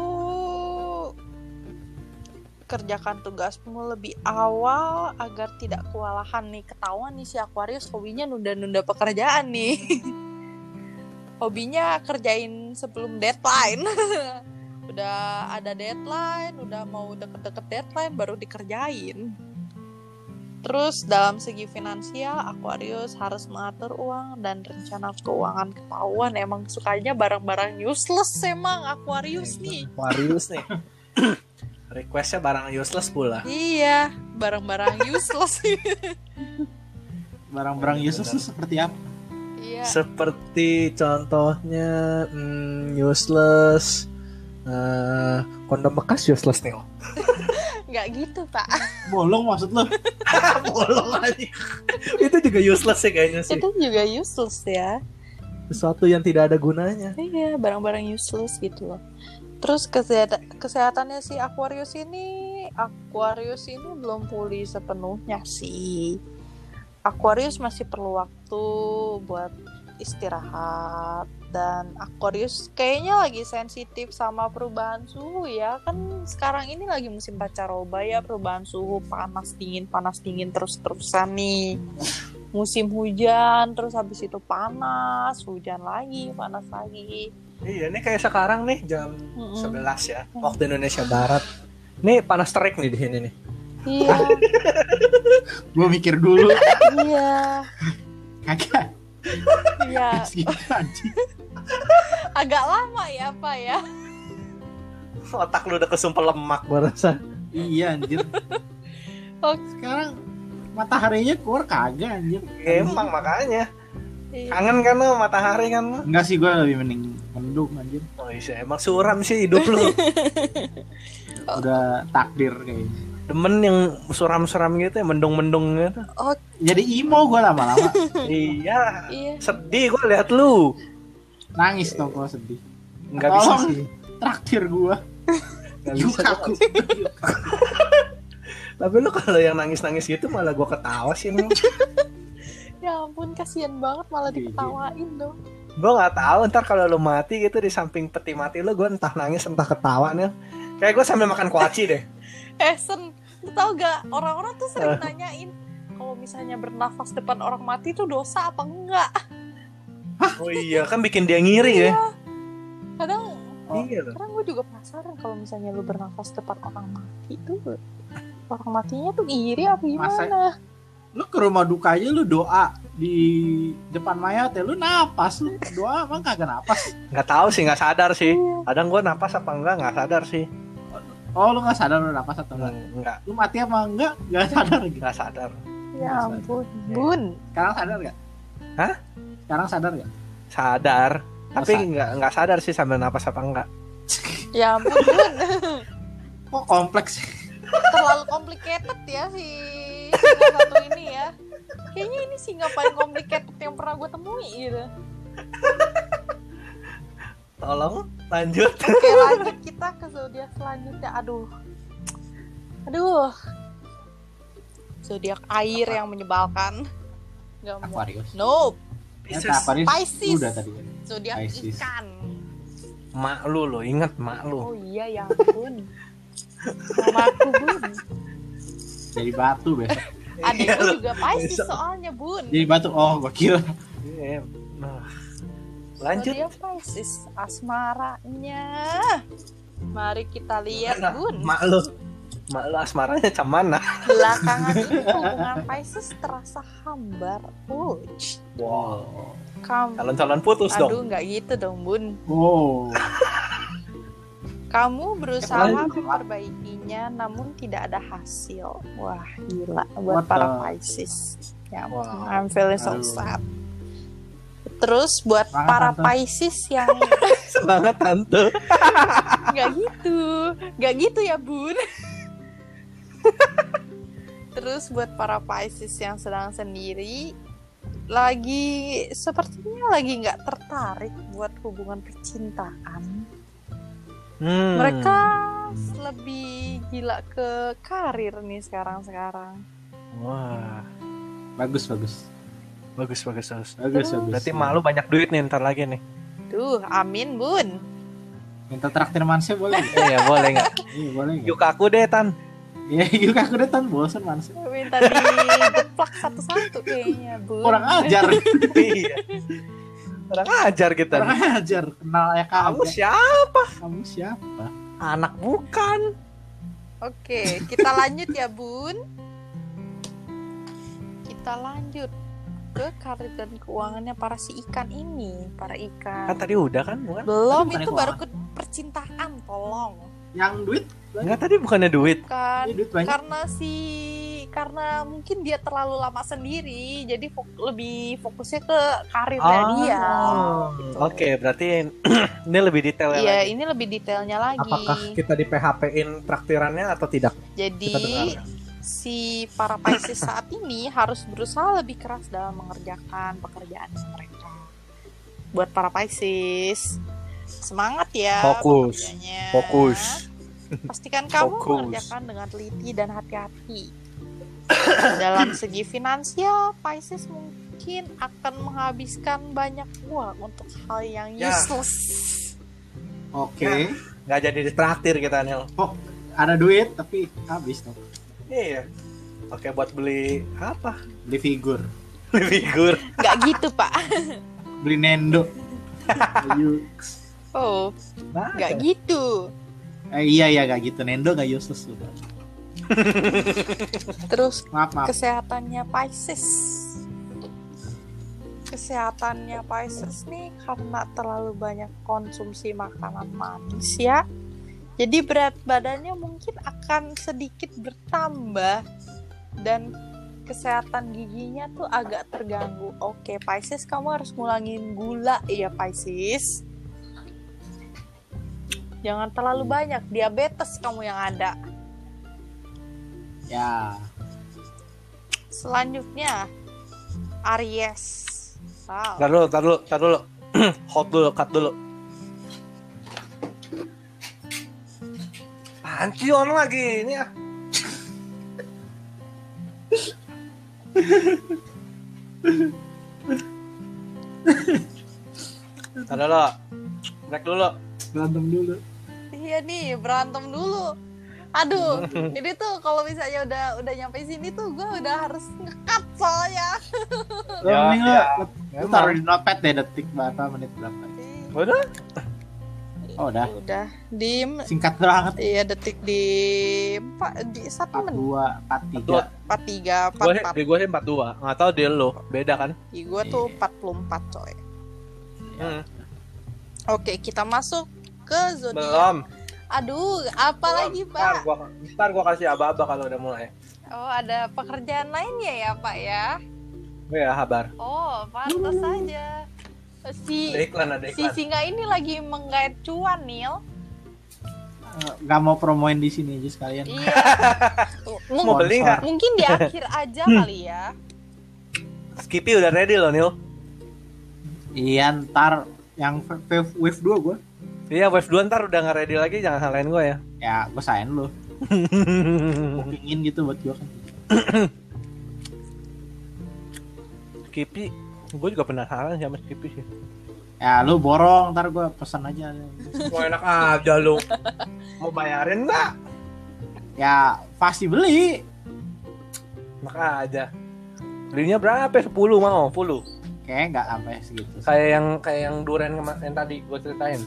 S1: kerjakan tugasmu lebih awal agar tidak kewalahan nih. Ketahuan nih si Aquarius hobinya nunda-nunda pekerjaan nih. Hobinya kerjain sebelum deadline. Udah ada deadline, udah mau deket-deket deadline baru dikerjain. Terus dalam segi finansial, Aquarius harus mengatur uang dan rencana keuangan. Ketahuan emang sukanya barang-barang useless emang Aquarius nih.
S2: Aquarius nih. Requestnya barang useless pula.
S1: Iya, barang-barang useless.
S3: Barang-barang useless itu seperti apa?
S1: Iya.
S2: Seperti contohnya useless. Kondom bekas useless nih.
S1: Nggak gitu, Pak.
S3: Bolong maksud lo?
S2: Bolong aja. Itu juga useless sih kayaknya sih.
S1: Itu juga useless ya.
S2: Sesuatu yang tidak ada gunanya.
S1: Iya, barang-barang useless gitu loh. Terus kesehatannya si Aquarius ini belum pulih sepenuhnya sih. Aquarius masih perlu waktu buat istirahat, dan Aquarius kayaknya lagi sensitif sama perubahan suhu ya. Kan sekarang ini lagi musim pancaroba ya, perubahan suhu panas dingin terus-terusan nih. Musim hujan, terus habis itu panas, hujan lagi, panas lagi.
S2: Iya, ini kayak sekarang nih jam 11 ya, waktu Indonesia Barat. Nih panas terik nih di sini nih.
S1: Iya.
S3: Gue mikir dulu.
S1: Iya.
S3: Kagak.
S1: Iya.
S3: Segitu anjing.
S1: Agak lama ya, Pak ya.
S2: Otak lu udah kesumpel lemak gua rasa.
S3: Iya anjir.
S1: Oh.
S3: Sekarang mataharinya keluar kagak anjir.
S2: Emang makanya.
S1: Iya.
S2: Kangen kan lu matahari kan lu?
S3: Enggak sih, gue lebih mending mendung anjir.
S2: Oh iya, emang suram sih hidup lu.
S3: Udah takdir kayaknya.
S2: Demen yang suram-suram gitu ya, mendung-mendung gitu.
S1: Oh,
S3: Jadi imo gue lama-lama.
S2: Iya.
S1: iya.
S2: Sedih gua lihat lu.
S3: Nangis dong kalau sedih.
S2: Enggak bisa
S3: Tolong.
S2: sih.
S3: Traktir gue.
S2: Nggak bisa
S3: Yukaku.
S2: Tapi lu kalau yang nangis-nangis gitu malah gua ketawa sih nih.
S1: Ya ampun, kasihan banget malah
S3: Iya.
S1: diketawain dong.
S2: Gue nggak tahu ntar kalau lu mati gitu di samping peti mati lu, gue entah nangis entah ketawa nih. Kayak gue sambil makan kuaci deh.
S1: Sen, lu tau gak, orang-orang tuh sering nanyain kalau misalnya bernafas depan orang mati itu dosa apa enggak.
S2: Oh iya, kan bikin dia ngiri ya.
S1: Kadang
S2: Iya loh.
S1: gue juga penasaran kalau misalnya lu bernafas depan orang mati itu, orang matinya tuh iri apa gimana?
S3: Lu ke rumah duka aja lu doa di depan mayat ya, lu napas, lu doa emang kagak napas.
S2: Nggak tahu sih, nggak sadar sih. Kadang gue napas apa enggak nggak sadar sih.
S3: Oh, lu nggak sadar lu napas atau enggak?
S2: Enggak,
S3: Lu mati apa enggak? Nggak sadar gitu.
S2: nggak sadar.
S1: Ya ampun, Bun.
S3: Sekarang sadar nggak?
S2: Hah?
S3: Sekarang sadar nggak?
S2: Sadar. Tapi
S3: Masa?
S2: nggak sadar sih sambil napas apa enggak.
S1: Ya ampun, Bun.
S3: Kok kompleks?
S1: Terlalu complicated ya si singa satu ini ya. Kayaknya ini singa paling complicated yang pernah gue temui gitu.
S2: Tolong lanjut.
S1: Oke, lanjut kita ke zodiak selanjutnya. Aduh. Zodiak air yang menyebalkan. Gak mau.
S3: Aquarius.
S1: Nope.
S3: Aquarius.
S1: Pisces.
S3: Udah tadi.
S1: Zodiak
S3: Pisces.
S1: ikan.
S2: Mak lu lo, ingat mak lu.
S1: Oh iya, ya ampun. Mamaku, Bun.
S3: Jadi batu besok.
S1: Adikku
S2: Iya,
S1: juga Pisces
S2: besok.
S1: soalnya, Bun.
S3: Jadi batu. Oh, gua kira.
S2: Iya. Nah. Lanjut.
S1: Zodiak Pisces, asmaranya. Mari kita lihat, Bun.
S2: Mak lu asmaranya macam mana?
S1: Belakangan ini hubungan Pisces terasa hambar. Ouch.
S2: Wow.
S1: Kamu,
S2: Calon-calon putus
S1: aduh,
S2: dong.
S1: nggak gitu dong, Bun.
S3: Oh.
S1: Kamu berusaha
S3: Lanjut.
S1: memperbaikinya, namun tidak ada hasil. Wah, gila buat
S3: What
S1: para
S3: the-
S1: Pisces. Ya,
S2: Wow.
S1: I'm feeling so
S3: Aduh.
S1: sad. Terus buat
S3: Semangat,
S1: para
S3: Tante.
S1: Pisces yang
S2: Semangat tante.
S1: nggak gitu ya, Bun. Terus buat para Pisces yang sedang sendiri, sepertinya lagi nggak tertarik buat hubungan percintaan. Mereka lebih gila ke karir nih sekarang.
S2: Wah.
S3: Bagus.
S2: Bagus.
S3: Berarti
S2: malu banyak duit nih ntar lagi nih.
S1: Tuh, amin bun.
S3: minta traktir Manse boleh?
S2: Iya boleh nggak?
S3: Iya boleh nggak?
S2: Yuk aku deh Tan.
S3: Iya yuk aku deh Tan, bosan Manse.
S1: Minta digeplak satu-satu kayaknya bun.
S3: Kurang ajar.
S2: Iya. Kurang ajar kita.
S3: Kurang ajar. Kenal ya
S2: Kamu siapa?
S3: Kamu siapa?
S2: Anak bukan.
S1: Oke, kita lanjut ya bun. Kita lanjut ke karir dan keuangannya para si ikan ini, para ikan.
S2: Kan tadi udah kan, bukan?
S1: Belum,
S3: Tadi
S1: itu
S3: bukannya
S1: baru ke percintaan, tolong.
S3: Yang duit?
S2: Enggak, tadi bukannya duit.
S1: Kan
S3: Iya, duit banyak.
S1: karena mungkin dia terlalu lama sendiri, jadi lebih fokusnya ke karirnya dia. Gitu.
S2: Oke, berarti ini lebih detail ya.
S1: Iya,
S2: lagi.
S1: ini lebih detailnya lagi.
S2: Apakah kita di PHP-in traktirannya atau tidak?
S1: Jadi
S2: Kita dengar.
S1: si para Pisces saat ini harus berusaha lebih keras dalam mengerjakan pekerjaan mereka. Buat para Pisces, semangat ya
S2: Fokus.
S1: bekerjanya.
S2: Fokus.
S1: Pastikan kamu
S2: Fokus.
S1: mengerjakan dengan teliti dan hati-hati. Dalam segi finansial, Pisces mungkin akan menghabiskan banyak uang untuk hal yang
S2: Ya.
S1: useless.
S3: Oke.
S2: Nggak jadi ditraktir kita nih.
S3: Oh, ada duit tapi habis tuh.
S2: Iya. Oke, buat beli apa?
S3: Beli figur,
S2: Beli figur.
S1: Gak gitu, Pak.
S3: beli Nendo. Ayo.
S1: Oh,
S2: Nah,
S1: gak gitu.
S3: Iya gak gitu, Nendo gak useless sudah.
S1: Terus
S3: Maaf.
S1: kesehatannya Pisces. Kesehatannya Pisces nih karena terlalu banyak konsumsi makanan manis ya. Jadi berat badannya mungkin akan sedikit bertambah dan kesehatan giginya tuh agak terganggu. Oke, Pisces, kamu harus ngulangin gula ya Pisces. Jangan terlalu banyak, diabetes kamu yang ada.
S3: Ya.
S1: Selanjutnya Aries. Wow.
S2: tar dulu. Cut dulu. Pancion lagi ini ya. Tar dulu. Break dulu.
S3: Berantem dulu.
S1: Iya nih, berantem dulu. Aduh, ini tuh kalau misalnya udah nyampe sini tuh gue udah harus nge-cut soalnya.
S3: Lo
S2: Ya,
S3: mending
S2: ya.
S3: lo taruh di notepad deh detik berapa, menit berapa.
S2: Udah?
S3: Oh, udah.
S1: Udah dim.
S3: Singkat banget.
S1: Iya, detik di 1 menit.
S3: 42, 43.
S1: 43, 44.
S2: Gue sih 42. Nggak tahu dia lo. Beda kan?
S1: Di gue tuh 44 coy. Oke, kita masuk ke zodiak.
S2: Belum.
S1: Aduh, apa lagi Pak?
S2: Ntar gua kasih aba-aba kalau udah mulai.
S1: Oh, ada pekerjaan lainnya ya Pak ya?
S2: Oh ya, kabar.
S1: Oh, pantas saja.
S2: Ada iklan.
S1: Si singa ini lagi menggait cuan, Nil.
S3: Gak mau promoin di sini aja sekalian.
S1: Iya.
S2: Mau beli nggak?
S1: Mungkin di akhir aja kali ya.
S2: Skippy udah ready loh, Nil.
S3: Iya, ntar yang wave 2 gue.
S2: Iya, wave 2 ntar udah nggak ready lagi, jangan salahin gue ya.
S3: Ya, gue sayang lu. Bookingin gitu buat gue kan.
S2: Skippy, gue juga penasaran sama Skippy sih.
S3: Ya, lu borong, ntar gue pesan aja.
S2: Mau enak aja lu. Mau bayarin nggak?
S3: Ya, pasti beli.
S2: Enak aja. Belinya berapa? 10 mau? 10.
S3: Kayaknya nggak sampai segitu.
S2: Kayak yang durian yang tadi gue ceritain.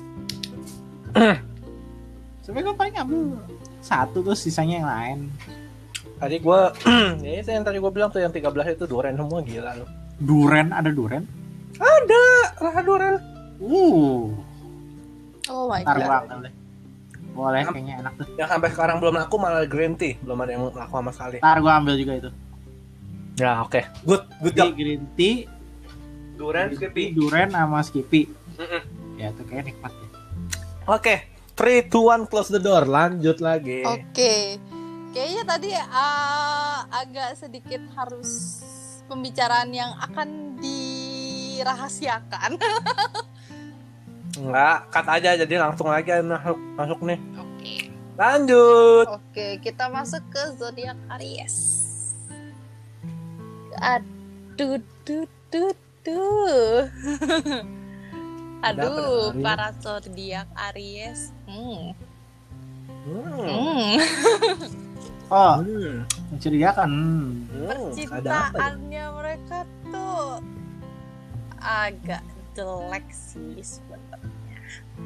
S3: Sebenernya gue paling ngambil satu terus sisanya yang lain.
S2: Tadi gue, ya itu yang tadi gue bilang tuh yang 13 itu durian semua, gila lu.
S3: Duren, ada duren?
S2: Ada, rasa durian.
S1: Oh my
S3: Ntar gue
S1: god.
S3: ambil deh. Boleh, kayaknya enak tuh.
S2: Yang sampai sekarang belum laku malah green tea, belum ada yang laku sama sekali.
S3: Ntar gue ambil juga itu.
S2: Ya oke, good
S3: Jadi
S2: job.
S3: green tea,
S2: Durian Skippy.
S3: duren sama Skippy.
S2: Mm-mm.
S3: Ya itu kayak nikmat ya.
S2: Oke, 3, 2, 1, close the door. Lanjut lagi.
S1: Oke. Kayaknya tadi agak sedikit harus pembicaraan yang akan dirahasiakan.
S2: Enggak, cut aja jadi langsung lagi masuk nih.
S1: Oke.
S2: Lanjut.
S1: Oke, kita masuk ke zodiak Aries. Duh, duh, duh, duh. Aduh,
S2: Aries.
S1: para zodiak Aries.
S2: Hmm.
S3: Oh,
S2: Hmm.
S3: mencurigakan.
S2: Ada apa nih?
S1: Percintaannya mereka tuh agak jelek sih sebenarnya.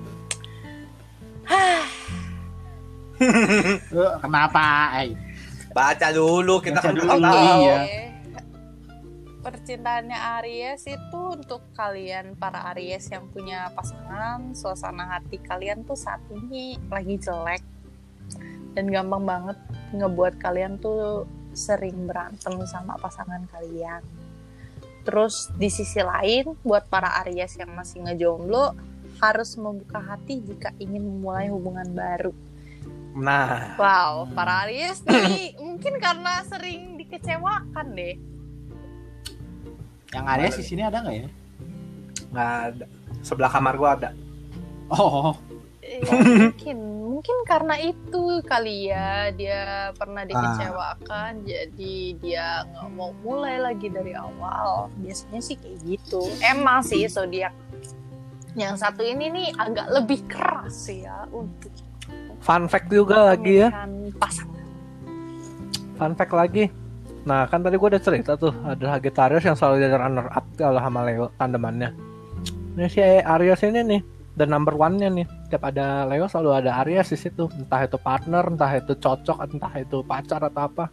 S3: Kenapa?
S2: Baca dulu, kita
S3: Baca
S2: kan
S3: dulu.
S2: belum
S1: Oke.
S2: tahu.
S3: Iya.
S1: Percintaannya Aries itu untuk kalian para Aries yang punya pasangan, suasana hati kalian tuh saat ini lagi jelek dan gampang banget ngebuat kalian tuh sering berantem sama pasangan kalian. Terus di sisi lain buat para Aries yang masih ngejomblo harus membuka hati jika ingin memulai hubungan baru.
S2: Nah,
S1: Wow, para Aries nih mungkin karena sering dikecewakan deh.
S3: Yang Aries di sini ada nggak ya?
S2: nggak ada. Sebelah kamar gua ada.
S3: Oh,
S1: Mungkin karena itu kali ya dia pernah dikecewakan jadi dia nggak mau mulai lagi dari awal. Biasanya sih kayak gitu. Emang sih zodiak yang satu ini nih agak lebih keras ya untuk
S2: Fun fact juga lagi ya.
S1: pemilihan pasangan.
S2: Fun fact lagi. Nah, kan tadi gua udah cerita tuh, ada Sagittarius yang selalu jadi runner up kalau sama Leo tandemannya. Ini si Aries ini nih, the number one-nya nih. Tiap ada Leo selalu ada Aries di situ. Entah itu partner, entah itu cocok, entah itu pacar atau apa.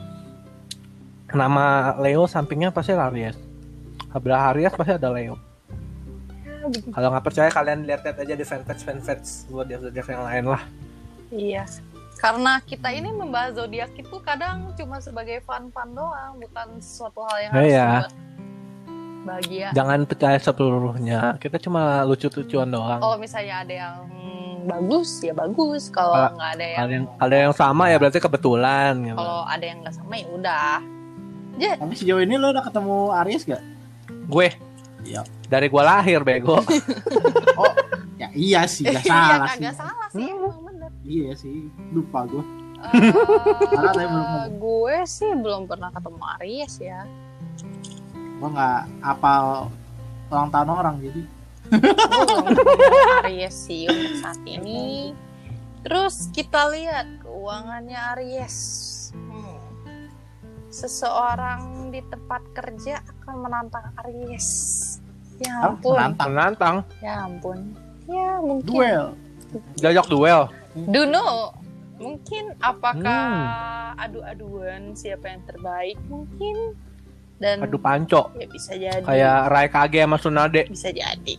S2: Nama Leo sampingnya pasti Aries. Sebelah Aries pasti ada Leo. Kalau nggak percaya kalian lihat-lihat aja di fanpage buat zodiak yang lain lah.
S1: Iya. Karena kita ini membahas zodiak itu kadang cuma sebagai fun-fun doang, bukan sesuatu hal yang harus
S2: Iya.
S1: membuat bahagia.
S2: Jangan percaya seluruhnya. Kita cuma lucu-lucuan doang.
S1: Kalau misalnya ada yang bagus ya bagus, kalau nggak ada yang
S2: Ada yang sama ya berarti kebetulan gitu.
S1: kalau ada yang nggak sama ya udah.
S3: tapi sejauh ini lo udah ketemu Aries gak?
S2: Gue
S3: Iya.
S2: dari gue lahir bego.
S3: Oh, ya iya sih, gak
S1: Iya
S3: salah sih.
S1: kagak salah sih emang bener.
S3: Iya sih, lupa gue.
S1: Eh,
S3: Malah saya belum ngomong.
S1: gue sih belum pernah ketemu Aries ya.
S3: Gue nggak apal ulang tahun orang jadi.
S1: Gue belum ketemu Aries sih untuk saat ini. Terus kita lihat keuangannya Aries. Seseorang di tempat kerja akan menantang Aries. Ya ampun,
S2: Menantang.
S1: ya ampun. Ya mungkin.
S3: Duel.
S2: Jajak duel.
S1: Duno, mungkin apakah adu-aduan siapa yang terbaik mungkin dan
S2: Adu panco.
S1: ya bisa jadi.
S2: Kayak Rai Kage sama Tsunade.
S1: Bisa jadi.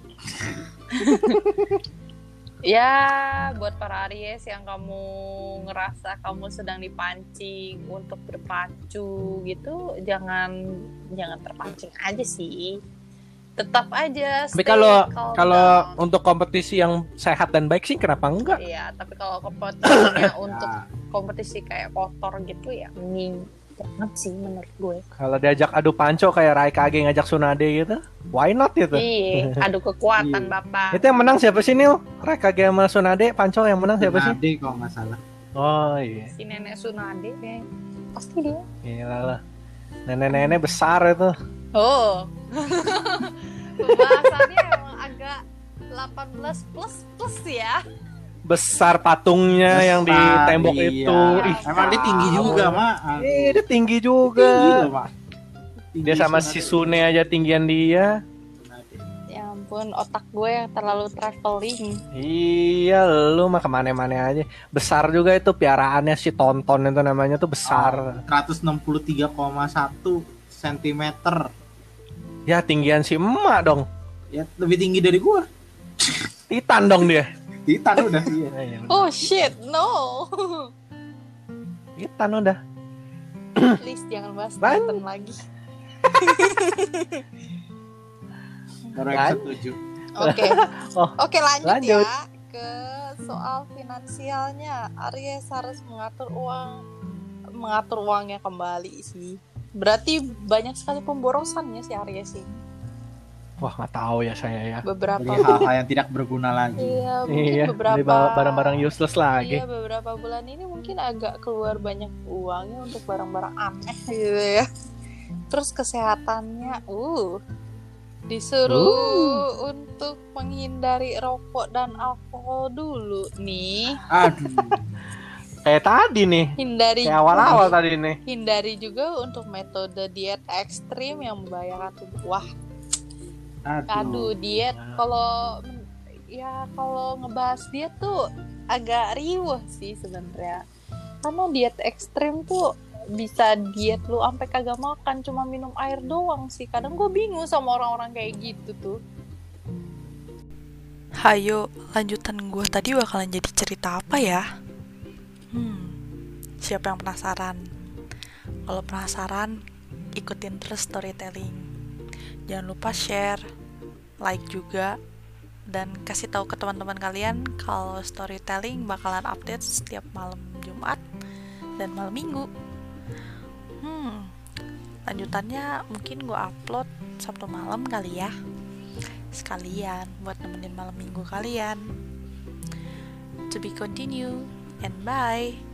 S1: Ya, buat para Aries yang kamu ngerasa kamu sedang dipancing untuk berpacu gitu, jangan terpancing aja sih. Tetap aja.
S2: Tapi
S1: stay
S2: kalau
S1: calm down.
S2: untuk kompetisi yang sehat dan baik sih kenapa enggak?
S1: Iya, tapi kalau kompetisinya untuk kompetisi kayak kotor gitu ya mending banget sih menurut gue.
S2: Kalau diajak adu panco kayak Rai Kage ngajak Tsunade gitu, why not gitu?
S1: Iya, adu kekuatan
S3: Iya.
S1: Bapak.
S2: Itu yang menang siapa sih Nil? Rai Kage sama Tsunade, panco yang menang siapa sih?
S3: Nade kalau nggak salah.
S2: Oh iya,
S1: Si nenek Tsunade deh. Pasti dia.
S2: gila lah. Nenek-nenek besar itu.
S1: Oh. Pembahasannya emang agak 18 plus ya.
S2: Besar patungnya yang di
S3: Besar,
S2: tembok
S3: iya.
S2: itu. Ih,
S3: Emang dia tinggi juga, Mak.
S2: dia tinggi
S3: Tinggi
S2: juga.
S3: loh, Mak. Tinggi
S2: Dia sama
S3: Tsunade.
S2: si Sune aja tinggian dia.
S1: Ya ampun, otak gue yang terlalu traveling.
S2: Iya, lu mah kemana-mana aja. Besar juga itu piaraannya si Tonton itu namanya tuh besar.
S3: 163,1 cm.
S2: Ya tinggian si emak dong.
S3: Ya lebih tinggi dari gua.
S2: Titan dong dia.
S3: Titan udah iya.
S1: Oh shit, no.
S2: Titan udah.
S1: Please jangan bahas
S2: Ban-
S1: Titan lagi.
S3: Baru
S2: Kan?
S3: episode 7.
S1: Oke.
S2: Oh,
S1: Oke, lanjut
S2: lanjut.
S1: ya ke soal finansialnya. Aries harus mengatur uangnya kembali sih. Berarti banyak sekali pemborosannya si Aries ini.
S2: wah nggak tahu ya saya ya.
S1: Beberapa
S3: Beli hal-hal yang tidak berguna lagi.
S1: iya, mungkin
S2: Iya,
S1: beberapa
S2: beli barang-barang useless lagi.
S1: Iya, beberapa bulan ini mungkin agak keluar banyak uangnya untuk barang-barang aneh gitu ya. Terus kesehatannya disuruh untuk menghindari rokok dan alkohol dulu nih.
S3: Aduh.
S2: Kayak tadi nih.
S1: Hindari
S2: Kayak awal-awal tadi nih.
S1: Hindari juga untuk metode diet ekstrim yang membahayakan tubuh. Wah. Aduh, diet kalau ngebahas diet tuh agak riuh sih sebenarnya. Karena diet ekstrim tuh bisa diet lu sampai kagak makan, cuma minum air doang sih. Kadang gue bingung sama orang-orang kayak gitu tuh.
S4: Hayo, lanjutan gue tadi bakalan jadi cerita apa ya? Siapa yang penasaran? Kalau penasaran, ikutin terus storytelling. Jangan lupa share, like juga, dan kasih tahu ke teman-teman kalian kalau storytelling bakalan update setiap malam Jumat dan malam Minggu. Lanjutannya mungkin gue upload Sabtu malam kali ya, sekalian buat nemenin malam Minggu kalian. To be continue, and bye.